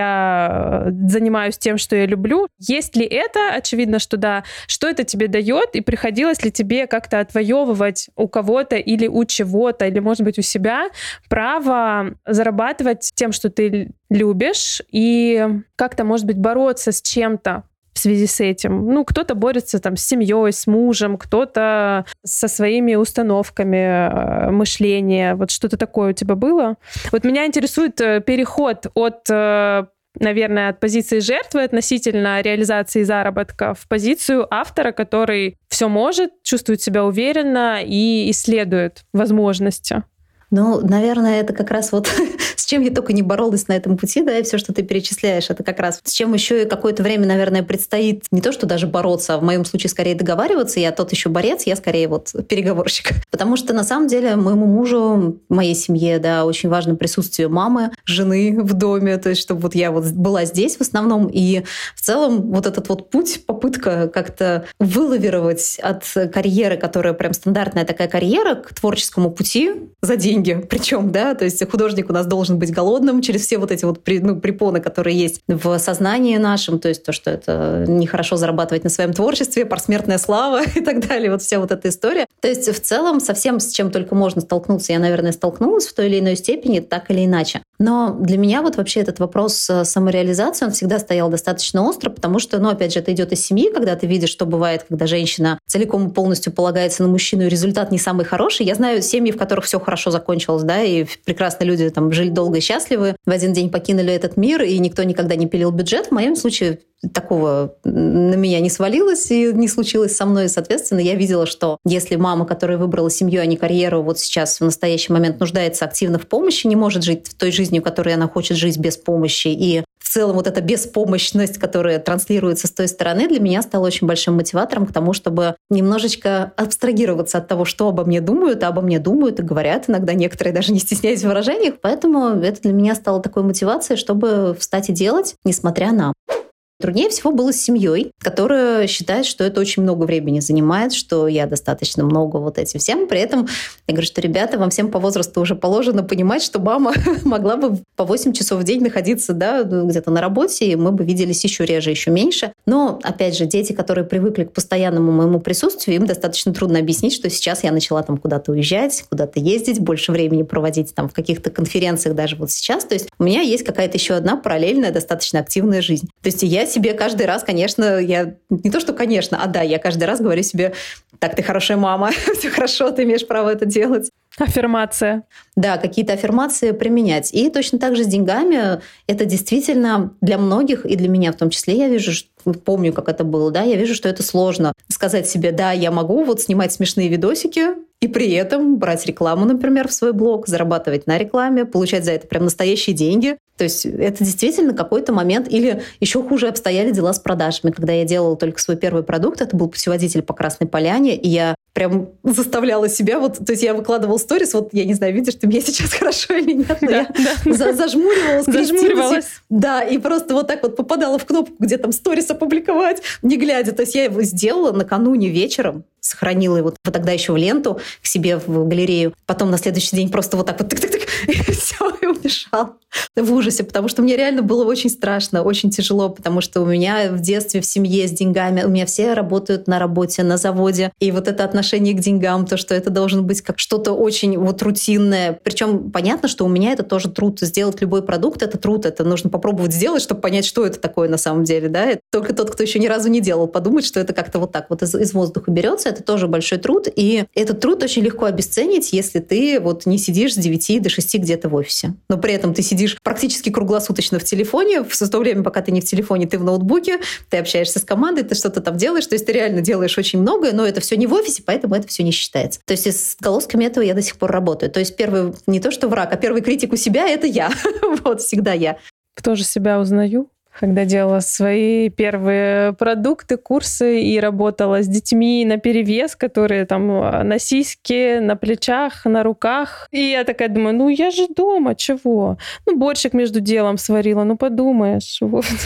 A: «я занимаюсь тем, что я люблю». Есть ли это? Очевидно, что да. Что это тебе дает? И приходилось ли тебе как-то отвоевывать у кого-то или у чего-то, или, может быть, у себя право зарабатывать тем, что ты любишь, и как-то, может быть, бороться с чем-то в связи с этим? Ну, кто-то борется там с семьей, с мужем, кто-то со своими установками мышления. Вот что-то такое у тебя было? Вот меня интересует переход от, наверное, от позиции жертвы относительно реализации заработка в позицию автора, который все может, чувствует себя уверенно и исследует возможности.
E: Ну, наверное, это как раз вот с чем я только не боролась на этом пути, да, и все, что ты перечисляешь, это как раз с чем еще и какое-то время, наверное, предстоит не то, что даже бороться, а в моем случае скорее договариваться. Я тот еще борец, я скорее вот переговорщик. Потому что на самом деле моему мужу, моей семье, да, очень важно присутствие мамы, жены в доме, то есть чтобы вот я вот была здесь в основном. И в целом вот этот вот путь, попытка как-то вылавировать от карьеры, которая прям стандартная такая карьера, к творческому пути за деньги. Причем, да, то есть художник у нас должен быть голодным через все вот эти вот ну, препоны, которые есть в сознании нашем, то есть то, что это нехорошо зарабатывать на своем творчестве, посмертная слава и так далее, вот вся вот эта история. То есть в целом со всем, с чем только можно столкнуться, я, наверное, столкнулась в той или иной степени, так или иначе. Но для меня вот вообще этот вопрос самореализации, он всегда стоял достаточно остро, потому что, ну, опять же, это идет из семьи, когда ты видишь, что бывает, когда женщина целиком и полностью полагается на мужчину, и результат не самый хороший. Я знаю семьи, в которых все хорошо закончилось, да, и прекрасно люди там жили долго и счастливы, в один день покинули этот мир, и никто никогда не пилил бюджет. В моем случае такого на меня не свалилось и не случилось со мной. Соответственно, я видела, что если мама, которая выбрала семью, а не карьеру, вот сейчас в настоящий момент нуждается активно в помощи, не может жить той жизнью, которой она хочет жить без помощи, и в целом вот эта беспомощность, которая транслируется с той стороны, для меня стала очень большим мотиватором к тому, чтобы немножечко абстрагироваться от того, что обо мне думают, а обо мне думают и говорят, иногда некоторые даже не стесняясь в выражениях. Поэтому это для меня стало такой мотивацией, чтобы встать и делать, несмотря на... Труднее всего было с семьей, которая считает, что это очень много времени занимает, что я достаточно много вот этим всем. При этом я говорю, что, ребята, вам всем по возрасту уже положено понимать, что мама могла бы по восемь часов в день находиться, да, где-то на работе, и мы бы виделись еще реже, еще меньше. Но, опять же, дети, которые привыкли к постоянному моему присутствию, им достаточно трудно объяснить, что сейчас я начала там куда-то уезжать, куда-то ездить, больше времени проводить там в каких-то конференциях даже вот сейчас. То есть у меня есть какая-то еще одна параллельная, достаточно активная жизнь. То есть я себе каждый раз, конечно, я не то, что конечно, а да, я каждый раз говорю себе, так, ты хорошая мама, все хорошо, ты имеешь право это делать.
A: Аффирмация.
E: Да, какие-то аффирмации применять. И точно так же с деньгами. Это действительно для многих, и для меня в том числе, я вижу, помню, как это было, да, я вижу, что это сложно. Сказать себе, да, я могу вот снимать смешные видосики, и при этом брать рекламу, например, в свой блог, зарабатывать на рекламе, получать за это прям настоящие деньги. То есть это действительно какой-то момент. Или еще хуже обстояли дела с продажами. Когда я делала только свой первый продукт, это был путеводитель по Красной Поляне, и я прям заставляла себя, вот, то есть я выкладывала сторис, вот я не знаю, видишь ты меня сейчас хорошо или нет, но я зажмуривалась,
A: зажмуривалась.
E: Да, и просто вот так вот попадала в кнопку, где там сторис опубликовать, не глядя. То есть я его сделала накануне вечером, сохранила его тогда еще в ленту к себе в галерею. Потом на следующий день просто вот так вот тык-тык-тык, и все, и убежал. В ужасе, потому что мне реально было очень страшно, очень тяжело, потому что у меня в детстве в семье с деньгами, у меня все работают на работе, на заводе, и вот это отношение к деньгам, то, что это должен быть как что-то очень вот рутинное. Причем понятно, что у меня это тоже труд. Сделать любой продукт — это труд, это нужно попробовать сделать, чтобы понять, что это такое на самом деле. Да? Это только тот, кто еще ни разу не делал, подумать, что это как-то вот так вот из, из воздуха берется. Это тоже большой труд, и этот труд очень легко обесценить, если ты вот не сидишь с девяти до шести где-то в офисе. Но при этом ты сидишь практически круглосуточно в телефоне, в то время, пока ты не в телефоне, ты в ноутбуке, ты общаешься с командой, ты что-то там делаешь, то есть ты реально делаешь очень многое, но это все не в офисе, поэтому это все не считается. То есть с отголосками этого я до сих пор работаю. То есть первый, не то что враг, а первый критик у себя — это я. Вот, всегда я.
A: Тоже себя узнаю. Когда делала свои первые продукты, курсы и работала с детьми наперевес, которые там на сиське, на плечах, на руках. И я такая думаю, ну я же дома, чего? Ну борщик между делом сварила, ну подумаешь. Вот.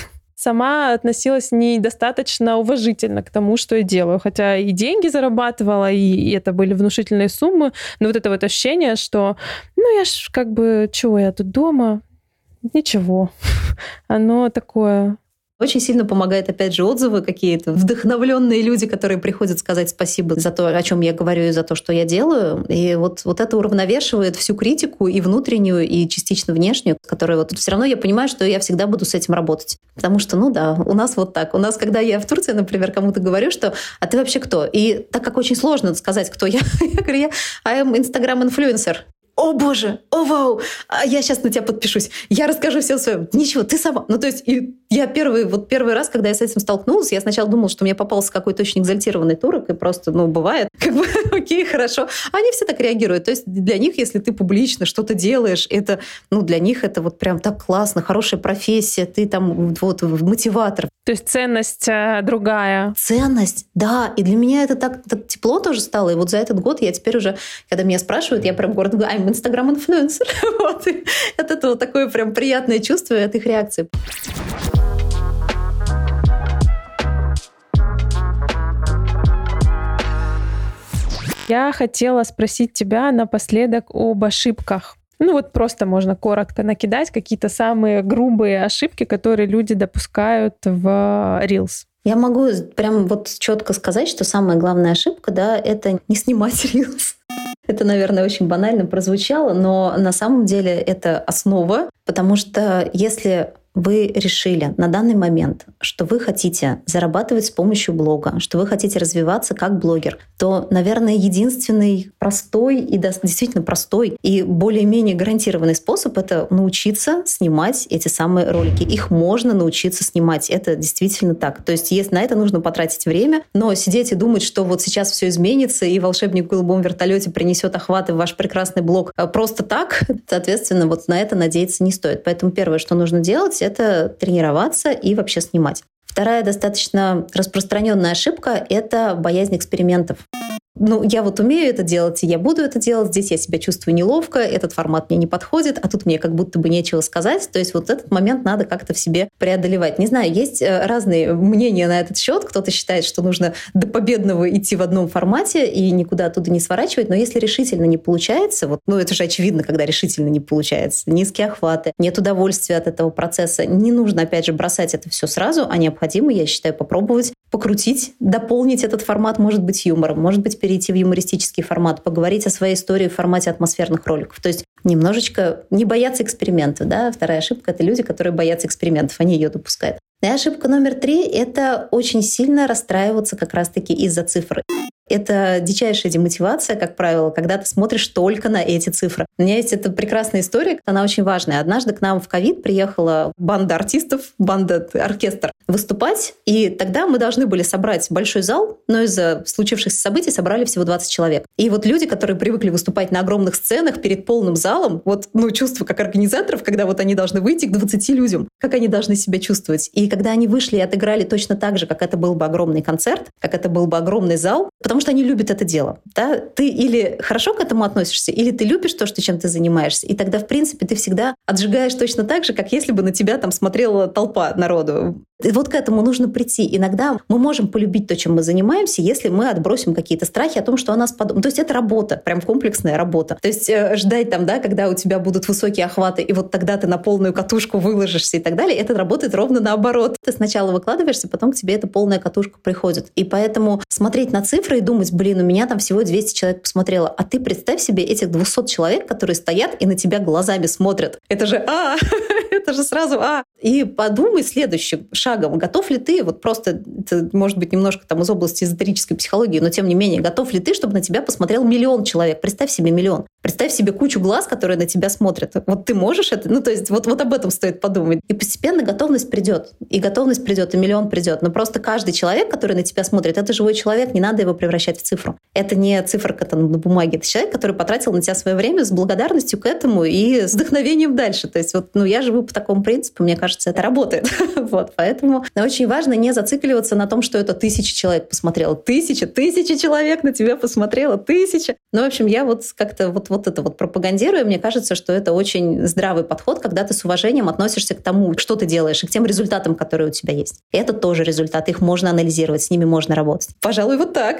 A: сама относилась недостаточно уважительно к тому, что я делаю. Хотя и деньги зарабатывала, и это были внушительные суммы. Но вот это вот ощущение, что ну я ж как бы, чего я тут дома? Ничего. Оно такое...
E: Очень сильно помогает, опять же, отзывы какие-то, вдохновленные люди, которые приходят сказать спасибо за то, о чем я говорю, и за то, что я делаю. И вот, вот это уравновешивает всю критику и внутреннюю, и частично внешнюю, которая вот все равно я понимаю, что я всегда буду с этим работать. Потому что, ну да, у нас вот так. У нас, когда я в Турции, например, кому-то говорю, что «а ты вообще кто?» И так как очень сложно сказать, кто я, я говорю, я I am Instagram-инфлюенсер. О боже, о вау, а я сейчас на тебя подпишусь, я расскажу все своем. Ничего, ты сама. Ну то есть и я первый, вот первый раз, когда я с этим столкнулась, я сначала думала, что мне попался какой-то очень экзальтированный турок, и просто, ну, бывает, как бы, окей, хорошо. Они все так реагируют. То есть для них, если ты публично что-то делаешь, это, ну, для них это вот прям так классно, хорошая профессия, ты там вот мотиватор.
A: То есть ценность э, другая.
E: Ценность, да. И для меня это так, так тепло тоже стало. И вот за этот год я теперь уже, когда меня спрашивают, я прям гордо говорю, I'm Instagram-инфлюенсер. Вот. И от этого такое прям приятное чувство от их реакции.
A: Я хотела спросить тебя напоследок об ошибках. Ну вот просто можно коротко накидать какие-то самые грубые ошибки, которые люди допускают в Reels.
E: Я могу прям вот четко сказать, что самая главная ошибка, да, это не снимать Reels. Это, наверное, очень банально прозвучало, но на самом деле это основа, потому что если вы решили на данный момент, что вы хотите зарабатывать с помощью блога, что вы хотите развиваться как блогер, то, наверное, единственный простой и действительно простой и более-менее гарантированный способ — это научиться снимать эти самые ролики. Их можно научиться снимать. Это действительно так. То есть если на это нужно потратить время, но сидеть и думать, что вот сейчас все изменится, и волшебник в голубом вертолете принесет охваты в ваш прекрасный блог просто так, соответственно, вот на это надеяться не стоит. Поэтому первое, что нужно делать, это тренироваться и вообще снимать. Вторая достаточно распространенная ошибка — это боязнь экспериментов. Ну, я вот умею это делать, и я буду это делать. Здесь я себя чувствую неловко, этот формат мне не подходит, а тут мне как будто бы нечего сказать. То есть вот этот момент надо как-то в себе преодолевать. Не знаю, есть разные мнения на этот счет. Кто-то считает, что нужно до победного идти в одном формате и никуда оттуда не сворачивать. Но если решительно не получается, вот, ну это же очевидно, когда решительно не получается, низкие охваты, нет удовольствия от этого процесса, не нужно, опять же, бросать это все сразу, а необходимо, я считаю, попробовать покрутить, дополнить этот формат, может быть, юмором, может быть, перейти в юмористический формат, поговорить о своей истории в формате атмосферных роликов. То есть немножечко не бояться экспериментов. Да? Вторая ошибка — это люди, которые боятся экспериментов, они ее допускают. И ошибка номер три — это очень сильно расстраиваться как раз-таки из-за цифр. Это дичайшая демотивация, как правило, когда ты смотришь только на эти цифры. У меня есть эта прекрасная история, она очень важная. Однажды к нам в ковид приехала банда артистов, банда, оркестр выступать, и тогда мы должны были собрать большой зал, но из-за случившихся событий собрали всего двадцать человек. И вот люди, которые привыкли выступать на огромных сценах перед полным залом, вот, ну, чувство как организаторов, когда вот они должны выйти к двадцати людям, как они должны себя чувствовать. И когда они вышли и отыграли точно так же, как это был бы огромный концерт, как это был бы огромный зал, потому что они любят это дело. Да? Ты или хорошо к этому относишься, или ты любишь то, что, чем ты занимаешься, и тогда, в принципе, ты всегда отжигаешь точно так же, как если бы на тебя там смотрела толпа народу. И вот к этому нужно прийти. Иногда мы можем полюбить то, чем мы занимаемся, если мы отбросим какие-то страхи о том, что о нас подумают. То есть это работа, прям комплексная работа. То есть э, ждать там, да, когда у тебя будут высокие охваты, и вот тогда ты на полную катушку выложишься и так далее, это работает ровно наоборот. Ты сначала выкладываешься, потом к тебе эта полная катушка приходит. И поэтому смотреть на цифры и думать, блин, у меня там всего двести человек посмотрело. А ты представь себе этих двухсот человек, которые стоят и на тебя глазами смотрят. Это же а, это же сразу а. И подумай следующим шагом, готов ли ты, вот просто, это может быть немножко там из области эзотерической психологии, но тем не менее, готов ли ты, чтобы на тебя посмотрел миллион человек? Представь себе миллион. Представь себе кучу глаз, которые на тебя смотрят. Вот ты можешь это? Ну, то есть вот, вот об этом стоит подумать. И постепенно готовность придет. И готовность придет, и миллион придет. Но просто каждый человек, который на тебя смотрит, это живой человек, не надо его превращать в цифру. Это не циферка там на бумаге. Это человек, который потратил на тебя свое время с благодарностью к этому и с вдохновением дальше. То есть вот, ну, я живу по такому принципу, мне кажется, это работает. Вот, поэтому очень важно не зацикливаться на том, что это тысяча человек посмотрело. Тысяча, тысяча человек на тебя посмотрело, тысяча. Ну, в общем, я вот как-то вот, вот это вот пропагандирую. Мне кажется, что это очень здравый подход, когда ты с уважением относишься к тому, что ты делаешь, и к тем результатам, которые у тебя есть. И это тоже результаты, их можно анализировать, с ними можно работать. Пожалуй, вот так.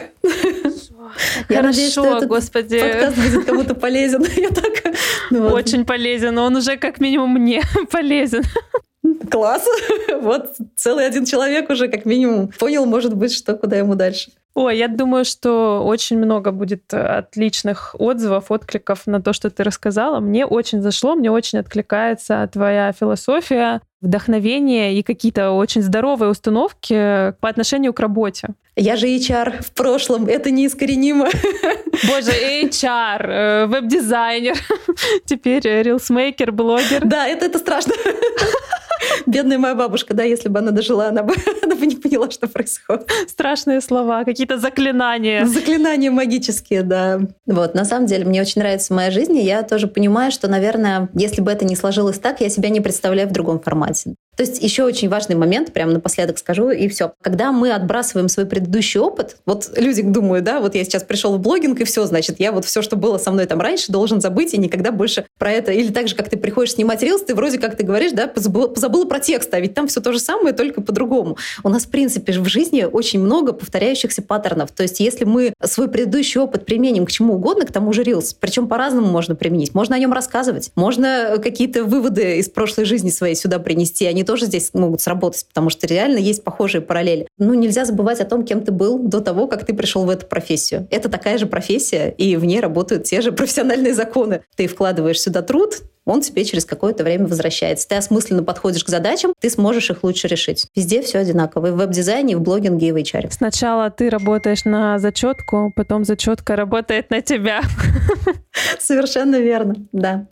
E: Я надеюсь, что этот
A: Господи.
E: подкаст будет кому-то полезен. Я так... ну, вот.
A: Очень полезен, он уже как минимум мне полезен.
E: Класс! Вот целый один человек уже как минимум понял, может быть, что куда ему дальше.
A: Ой, я думаю, что очень много будет отличных отзывов, откликов на то, что ты рассказала. Мне очень зашло, мне очень откликается твоя философия, вдохновение и какие-то очень здоровые установки по отношению к работе.
E: Я же эйч ар в прошлом, это неискоренимо.
A: Боже, эйч ар, веб-дизайнер, теперь рилсмейкер, блогер.
E: Да, это, это страшно. Бедная моя бабушка, да, если бы она дожила, она бы, она бы не поняла, что происходит.
A: Страшные слова, какие-то заклинания.
E: Заклинания магические, да. Вот, на самом деле, мне очень нравится моя жизнь, и я тоже понимаю, что, наверное, если бы это не сложилось так, я себя не представляю в другом формате. То есть еще очень важный момент, прямо напоследок скажу, и все. Когда мы отбрасываем свой предыдущий опыт, вот люди думают, да, вот я сейчас пришел в блогинг, и все, значит, я вот все, что было со мной там раньше, должен забыть и никогда больше про это. Или так же, как ты приходишь снимать рилс, ты вроде как ты говоришь, да, позабыла, позабыла про текст, а ведь там все то же самое, только по-другому. У нас, в принципе, в жизни очень много повторяющихся паттернов. То есть если мы свой предыдущий опыт применим к чему угодно, к тому же рилс, причем по-разному можно применить. Можно о нем рассказывать, можно какие-то выводы из прошлой жизни своей сюда принести, они тоже здесь могут сработать, потому что реально есть похожие параллели. Ну, нельзя забывать о том, кем ты был до того, как ты пришел в эту профессию. Это такая же профессия, и в ней работают те же профессиональные законы. Ты вкладываешь сюда труд, он тебе через какое-то время возвращается. Ты осмысленно подходишь к задачам, ты сможешь их лучше решить. Везде все одинаково. И в веб-дизайне, и в блогинге, и в эйч ар.
A: Сначала ты работаешь на зачетку, потом зачетка работает на тебя.
E: Совершенно верно, да.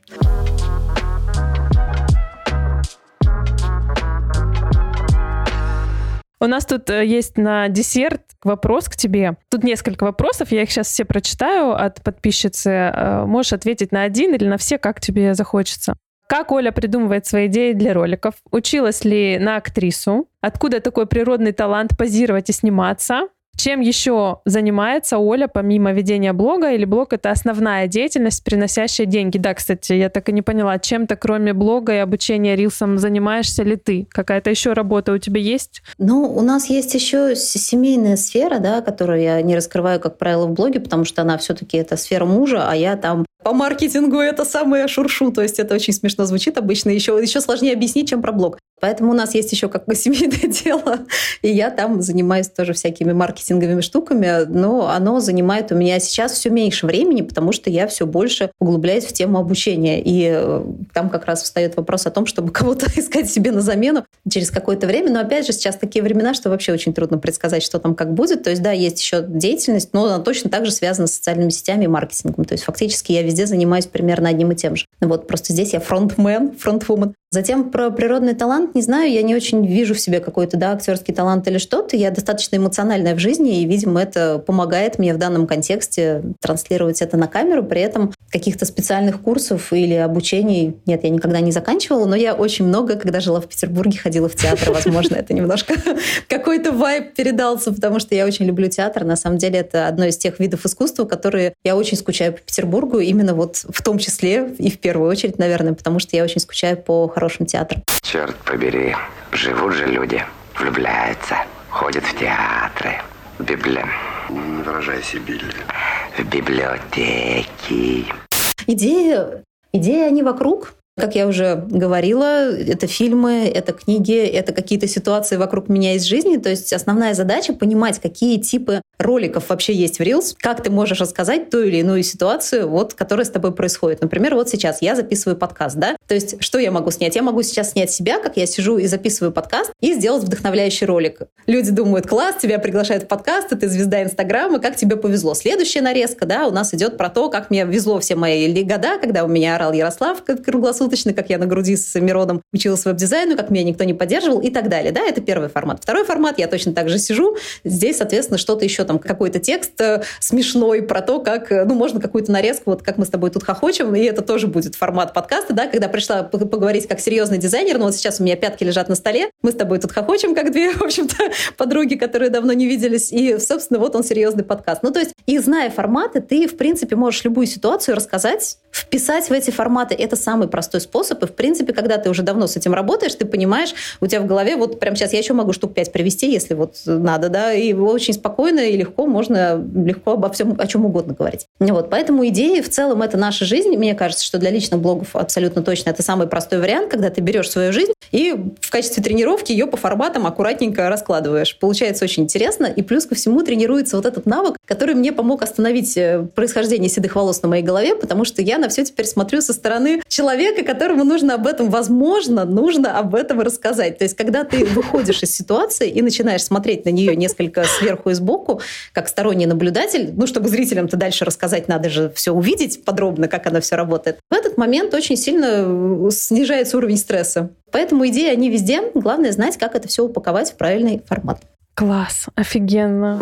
A: У нас тут есть на десерт вопрос к тебе. Тут несколько вопросов, я их сейчас все прочитаю от подписчицы. Можешь ответить на один или на все, как тебе захочется. Как Оля придумывает свои идеи для роликов? Училась ли на актрису? Откуда такой природный талант позировать и сниматься? Чем еще занимается Оля помимо ведения блога? Или блог — это основная деятельность, приносящая деньги? Да, кстати, я так и не поняла, чем-то кроме блога и обучения рилсам занимаешься ли ты? Какая-то еще работа у тебя есть?
E: Ну, у нас есть еще семейная сфера, да, которую я не раскрываю, как правило, в блоге, потому что она все-таки это сфера мужа, а я там по маркетингу это самое шуршу. То есть это очень смешно звучит обычно. Еще, еще сложнее объяснить, чем про блог. Поэтому у нас есть еще как бы семейное дело, и я там занимаюсь тоже всякими маркетинговыми штуками, но оно занимает у меня сейчас все меньше времени, потому что я все больше углубляюсь в тему обучения. И там как раз встает вопрос о том, чтобы кого-то искать себе на замену через какое-то время. Но опять же, сейчас такие времена, что вообще очень трудно предсказать, что там как будет. То есть да, есть еще деятельность, но она точно так же связана с социальными сетями и маркетингом. То есть фактически я везде занимаюсь примерно одним и тем же. Вот просто здесь я фронтмен, фронтвумен. Затем про природный талант, не знаю, я не очень вижу в себе какой-то, да, актерский талант или что-то. Я достаточно эмоциональная в жизни, и, видимо, это помогает мне в данном контексте транслировать это на камеру. При этом каких-то специальных курсов или обучений нет, я никогда не заканчивала, но я очень много, когда жила в Петербурге, ходила в театр. Возможно, это немножко какой-то вайб передался, потому что я очень люблю театр. На самом деле, это одно из тех видов искусства, которые я очень скучаю по Петербургу, именно вот в том числе и в первую очередь, наверное, потому что я очень скучаю по хорошим театрам.
F: Черт побери, живут же люди, влюбляются, ходят в театры, в библи...
G: Не выражайся, Билли.
F: В библиотеки.
E: Идеи, идеи они вокруг. Как я уже говорила, это фильмы, это книги, это какие-то ситуации вокруг меня из жизни. То есть основная задача — понимать, какие типы роликов вообще есть в Reels, как ты можешь рассказать ту или иную ситуацию, вот, которая с тобой происходит. Например, вот сейчас я записываю подкаст, да? То есть что я могу снять? Я могу сейчас снять себя, как я сижу и записываю подкаст, и сделать вдохновляющий ролик. Люди думают: класс, тебя приглашают в подкаст, ты звезда Инстаграма, как тебе повезло. Следующая нарезка, да, у нас идет про то, как мне везло все мои года, когда у меня орал Ярослав круглосуточно, как я на груди с Мироном училась веб-дизайну, как меня никто не поддерживал и так далее. Да, это первый формат. Второй формат — я точно так же сижу. Здесь, соответственно, что-то еще там там какой-то текст смешной про то, как, ну, можно какую-то нарезку, вот как мы с тобой тут хохочем, и это тоже будет формат подкаста, да, когда пришла поговорить как серьезный дизайнер, но вот сейчас у меня пятки лежат на столе, мы с тобой тут хохочем, как две, в общем-то, подруги, которые давно не виделись, и, собственно, вот он серьезный подкаст. Ну, то есть, и зная форматы, ты, в принципе, можешь любую ситуацию рассказать, вписать в эти форматы. Это самый простой способ, и, в принципе, когда ты уже давно с этим работаешь, ты понимаешь, у тебя в голове, вот прямо сейчас я еще могу штук пять привести, если вот надо, да, и очень спокойно и легко можно легко обо всем, о чем угодно говорить. Вот, поэтому идеи в целом это наша жизнь. Мне кажется, что для личных блогов абсолютно точно это самый простой вариант, когда ты берешь свою жизнь и в качестве тренировки ее по форматам аккуратненько раскладываешь. Получается очень интересно, и плюс ко всему тренируется вот этот навык, который мне помог остановить происхождение седых волос на моей голове, потому что я на все теперь смотрю со стороны человека, которому нужно об этом, возможно, нужно об этом рассказать. То есть, когда ты выходишь из ситуации и начинаешь смотреть на нее несколько сверху и сбоку, как сторонний наблюдатель, ну, чтобы зрителям-то дальше рассказать, надо же все увидеть подробно, как оно все работает. В этот момент очень сильно снижается уровень стресса. Поэтому идеи, они везде. Главное знать, как это все упаковать в правильный формат.
A: Класс, офигенно.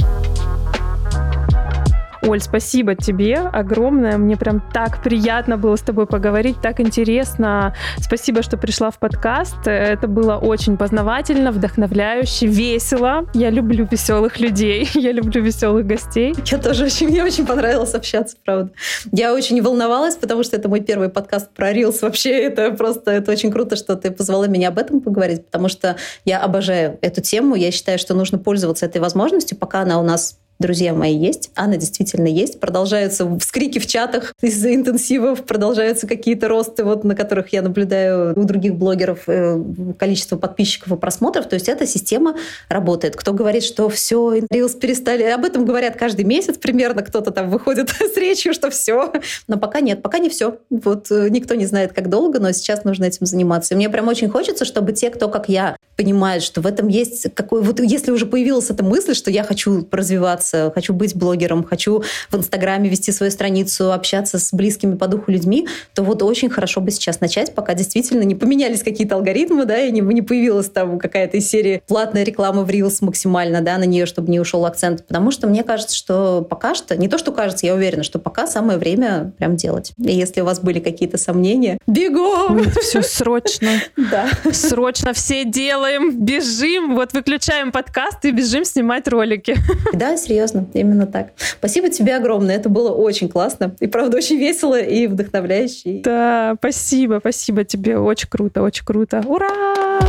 A: Оль, спасибо тебе огромное. Мне прям так приятно было с тобой поговорить, так интересно. Спасибо, что пришла в подкаст. Это было очень познавательно, вдохновляюще, весело. Я люблю веселых людей, я люблю веселых гостей.
E: Я тоже очень, мне очень понравилось общаться, правда. Я очень волновалась, потому что это мой первый подкаст про Reels. Вообще, это просто, это очень круто, что ты позвала меня об этом поговорить, потому что я обожаю эту тему. Я считаю, что нужно пользоваться этой возможностью, пока она у нас, друзья мои, есть. Она действительно есть. Продолжаются вскрики в чатах из-за интенсивов, продолжаются какие-то росты, вот, на которых я наблюдаю у других блогеров, количество подписчиков и просмотров. То есть эта система работает. Кто говорит, что все, Reels перестали, об этом говорят каждый месяц примерно, кто-то там выходит с речью, что все. Но пока нет, пока не все. Вот никто не знает, как долго, но сейчас нужно этим заниматься. И мне прям очень хочется, чтобы те, кто, как я, понимают, что в этом есть какой... Вот если уже появилась эта мысль, что я хочу развиваться, хочу быть блогером, хочу в Инстаграме вести свою страницу, общаться с близкими по духу людьми, то вот очень хорошо бы сейчас начать, пока действительно не поменялись какие-то алгоритмы, да, и не, не появилась там какая-то из серии платная реклама в Reels максимально, да, на нее, чтобы не ушел акцент. Потому что мне кажется, что пока что, не то, что кажется, я уверена, что пока самое время прям делать. И если у вас были какие-то сомнения, бегом!
A: Все срочно.
E: Да.
A: Срочно все делаем, бежим, вот выключаем подкаст и бежим снимать ролики.
E: Да, серьезно. Именно так. Спасибо тебе огромное. Это было очень классно. И, правда, очень весело и вдохновляюще.
A: Да, спасибо, спасибо тебе. Очень круто, очень круто. Ура!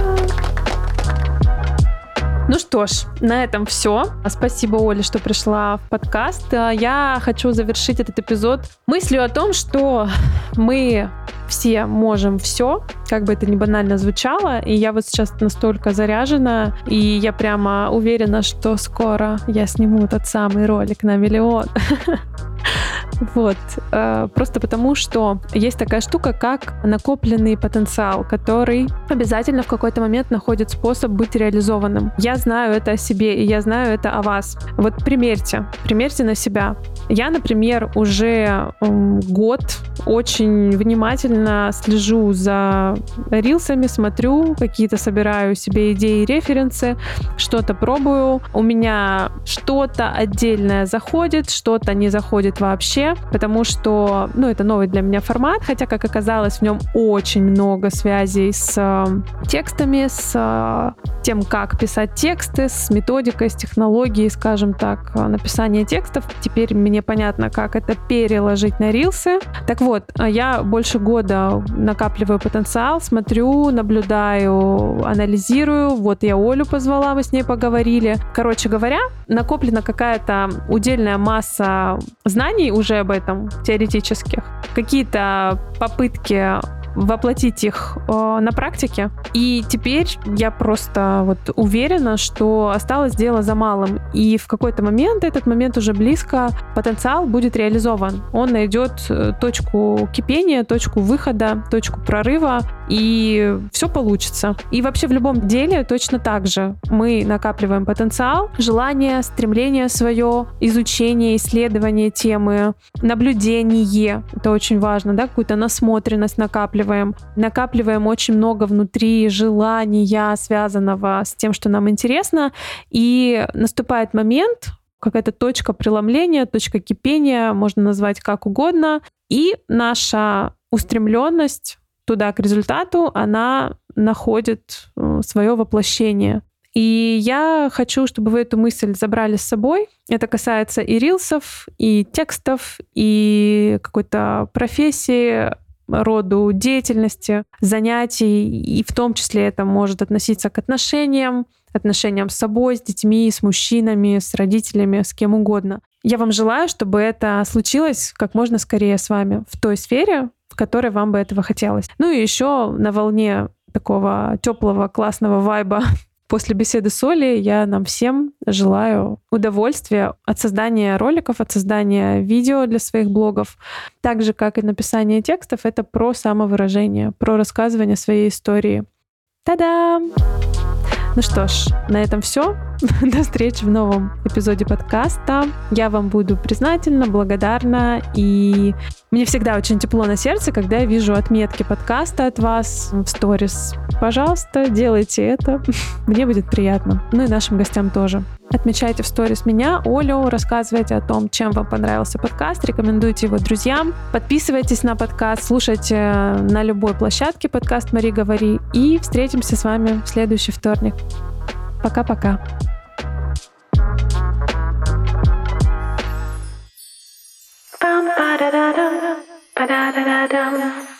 A: Ну что ж, на этом все. Спасибо, Оля, что пришла в подкаст. Я хочу завершить этот эпизод мыслью о том, что мы все можем все, как бы это ни банально звучало, и я вот сейчас настолько заряжена, и я прямо уверена, что скоро я сниму тот самый ролик на миллион. Вот. Просто потому, что есть такая штука, как накопленный потенциал, который обязательно в какой-то момент находит способ быть реализованным. Я знаю это о себе, и я знаю это о вас. Вот примерьте, примерьте на себя. Я, например, уже год очень внимательно слежу за рилсами, смотрю, какие-то собираю себе идеи, референсы, что-то пробую. У меня что-то отдельное заходит, что-то не заходит вообще, потому что, ну, это новый для меня формат, хотя, как оказалось, в нем очень много связей с э, текстами, с э, тем, как писать тексты, с методикой, с технологией, скажем так, написания текстов. Теперь мне понятно, как это переложить на рилсы. Так вот, я больше года накапливаю потенциал, смотрю, наблюдаю, анализирую. Вот я Олю позвала, мы с ней поговорили. Короче говоря, накоплена какая-то удельная масса знаний уже об этом, теоретических. Какие-то попытки воплотить их э, на практике. И теперь я просто вот уверена, что осталось дело за малым. И в какой-то момент, этот момент уже близко, потенциал будет реализован. Он найдет точку кипения, точку выхода, точку прорыва, и все получится. И вообще в любом деле точно так же. Мы накапливаем потенциал, желание, стремление свое, изучение, исследование темы, наблюдение. Это очень важно, да, какую-то насмотренность накапливаем. Накапливаем очень много внутри желания, связанного с тем, что нам интересно. И наступает момент, какая-то точка преломления, точка кипения, можно назвать как угодно. И наша устремленность туда, к результату, она находит свое воплощение. И я хочу, чтобы вы эту мысль забрали с собой. Это касается и рилсов, и текстов, и какой-то профессии, роду деятельности, занятий, и в том числе это может относиться к отношениям, отношениям с собой, с детьми, с мужчинами, с родителями, с кем угодно. Я вам желаю, чтобы это случилось как можно скорее с вами в той сфере, в которой вам бы этого хотелось. Ну и еще на волне такого теплого, классного вайба после беседы с Олей я нам всем желаю удовольствия от создания роликов, от создания видео для своих блогов. Так же, как и написание текстов, это про самовыражение, про рассказывание своей истории. Та-дам! Ну что ж, на этом все. До встречи в новом эпизоде подкаста. Я вам буду признательна, благодарна. И мне всегда очень тепло на сердце, когда я вижу отметки подкаста от вас в сторис. Пожалуйста, делайте это. Мне будет приятно. Ну и нашим гостям тоже. Отмечайте в сторис меня, Олю, рассказывайте о том, чем вам понравился подкаст, рекомендуйте его друзьям, подписывайтесь на подкаст, слушайте на любой площадке подкаст «Мари, говори», и встретимся с вами в следующий вторник. Пока-пока. Ba-da-da-dum, ba-da-da-dum.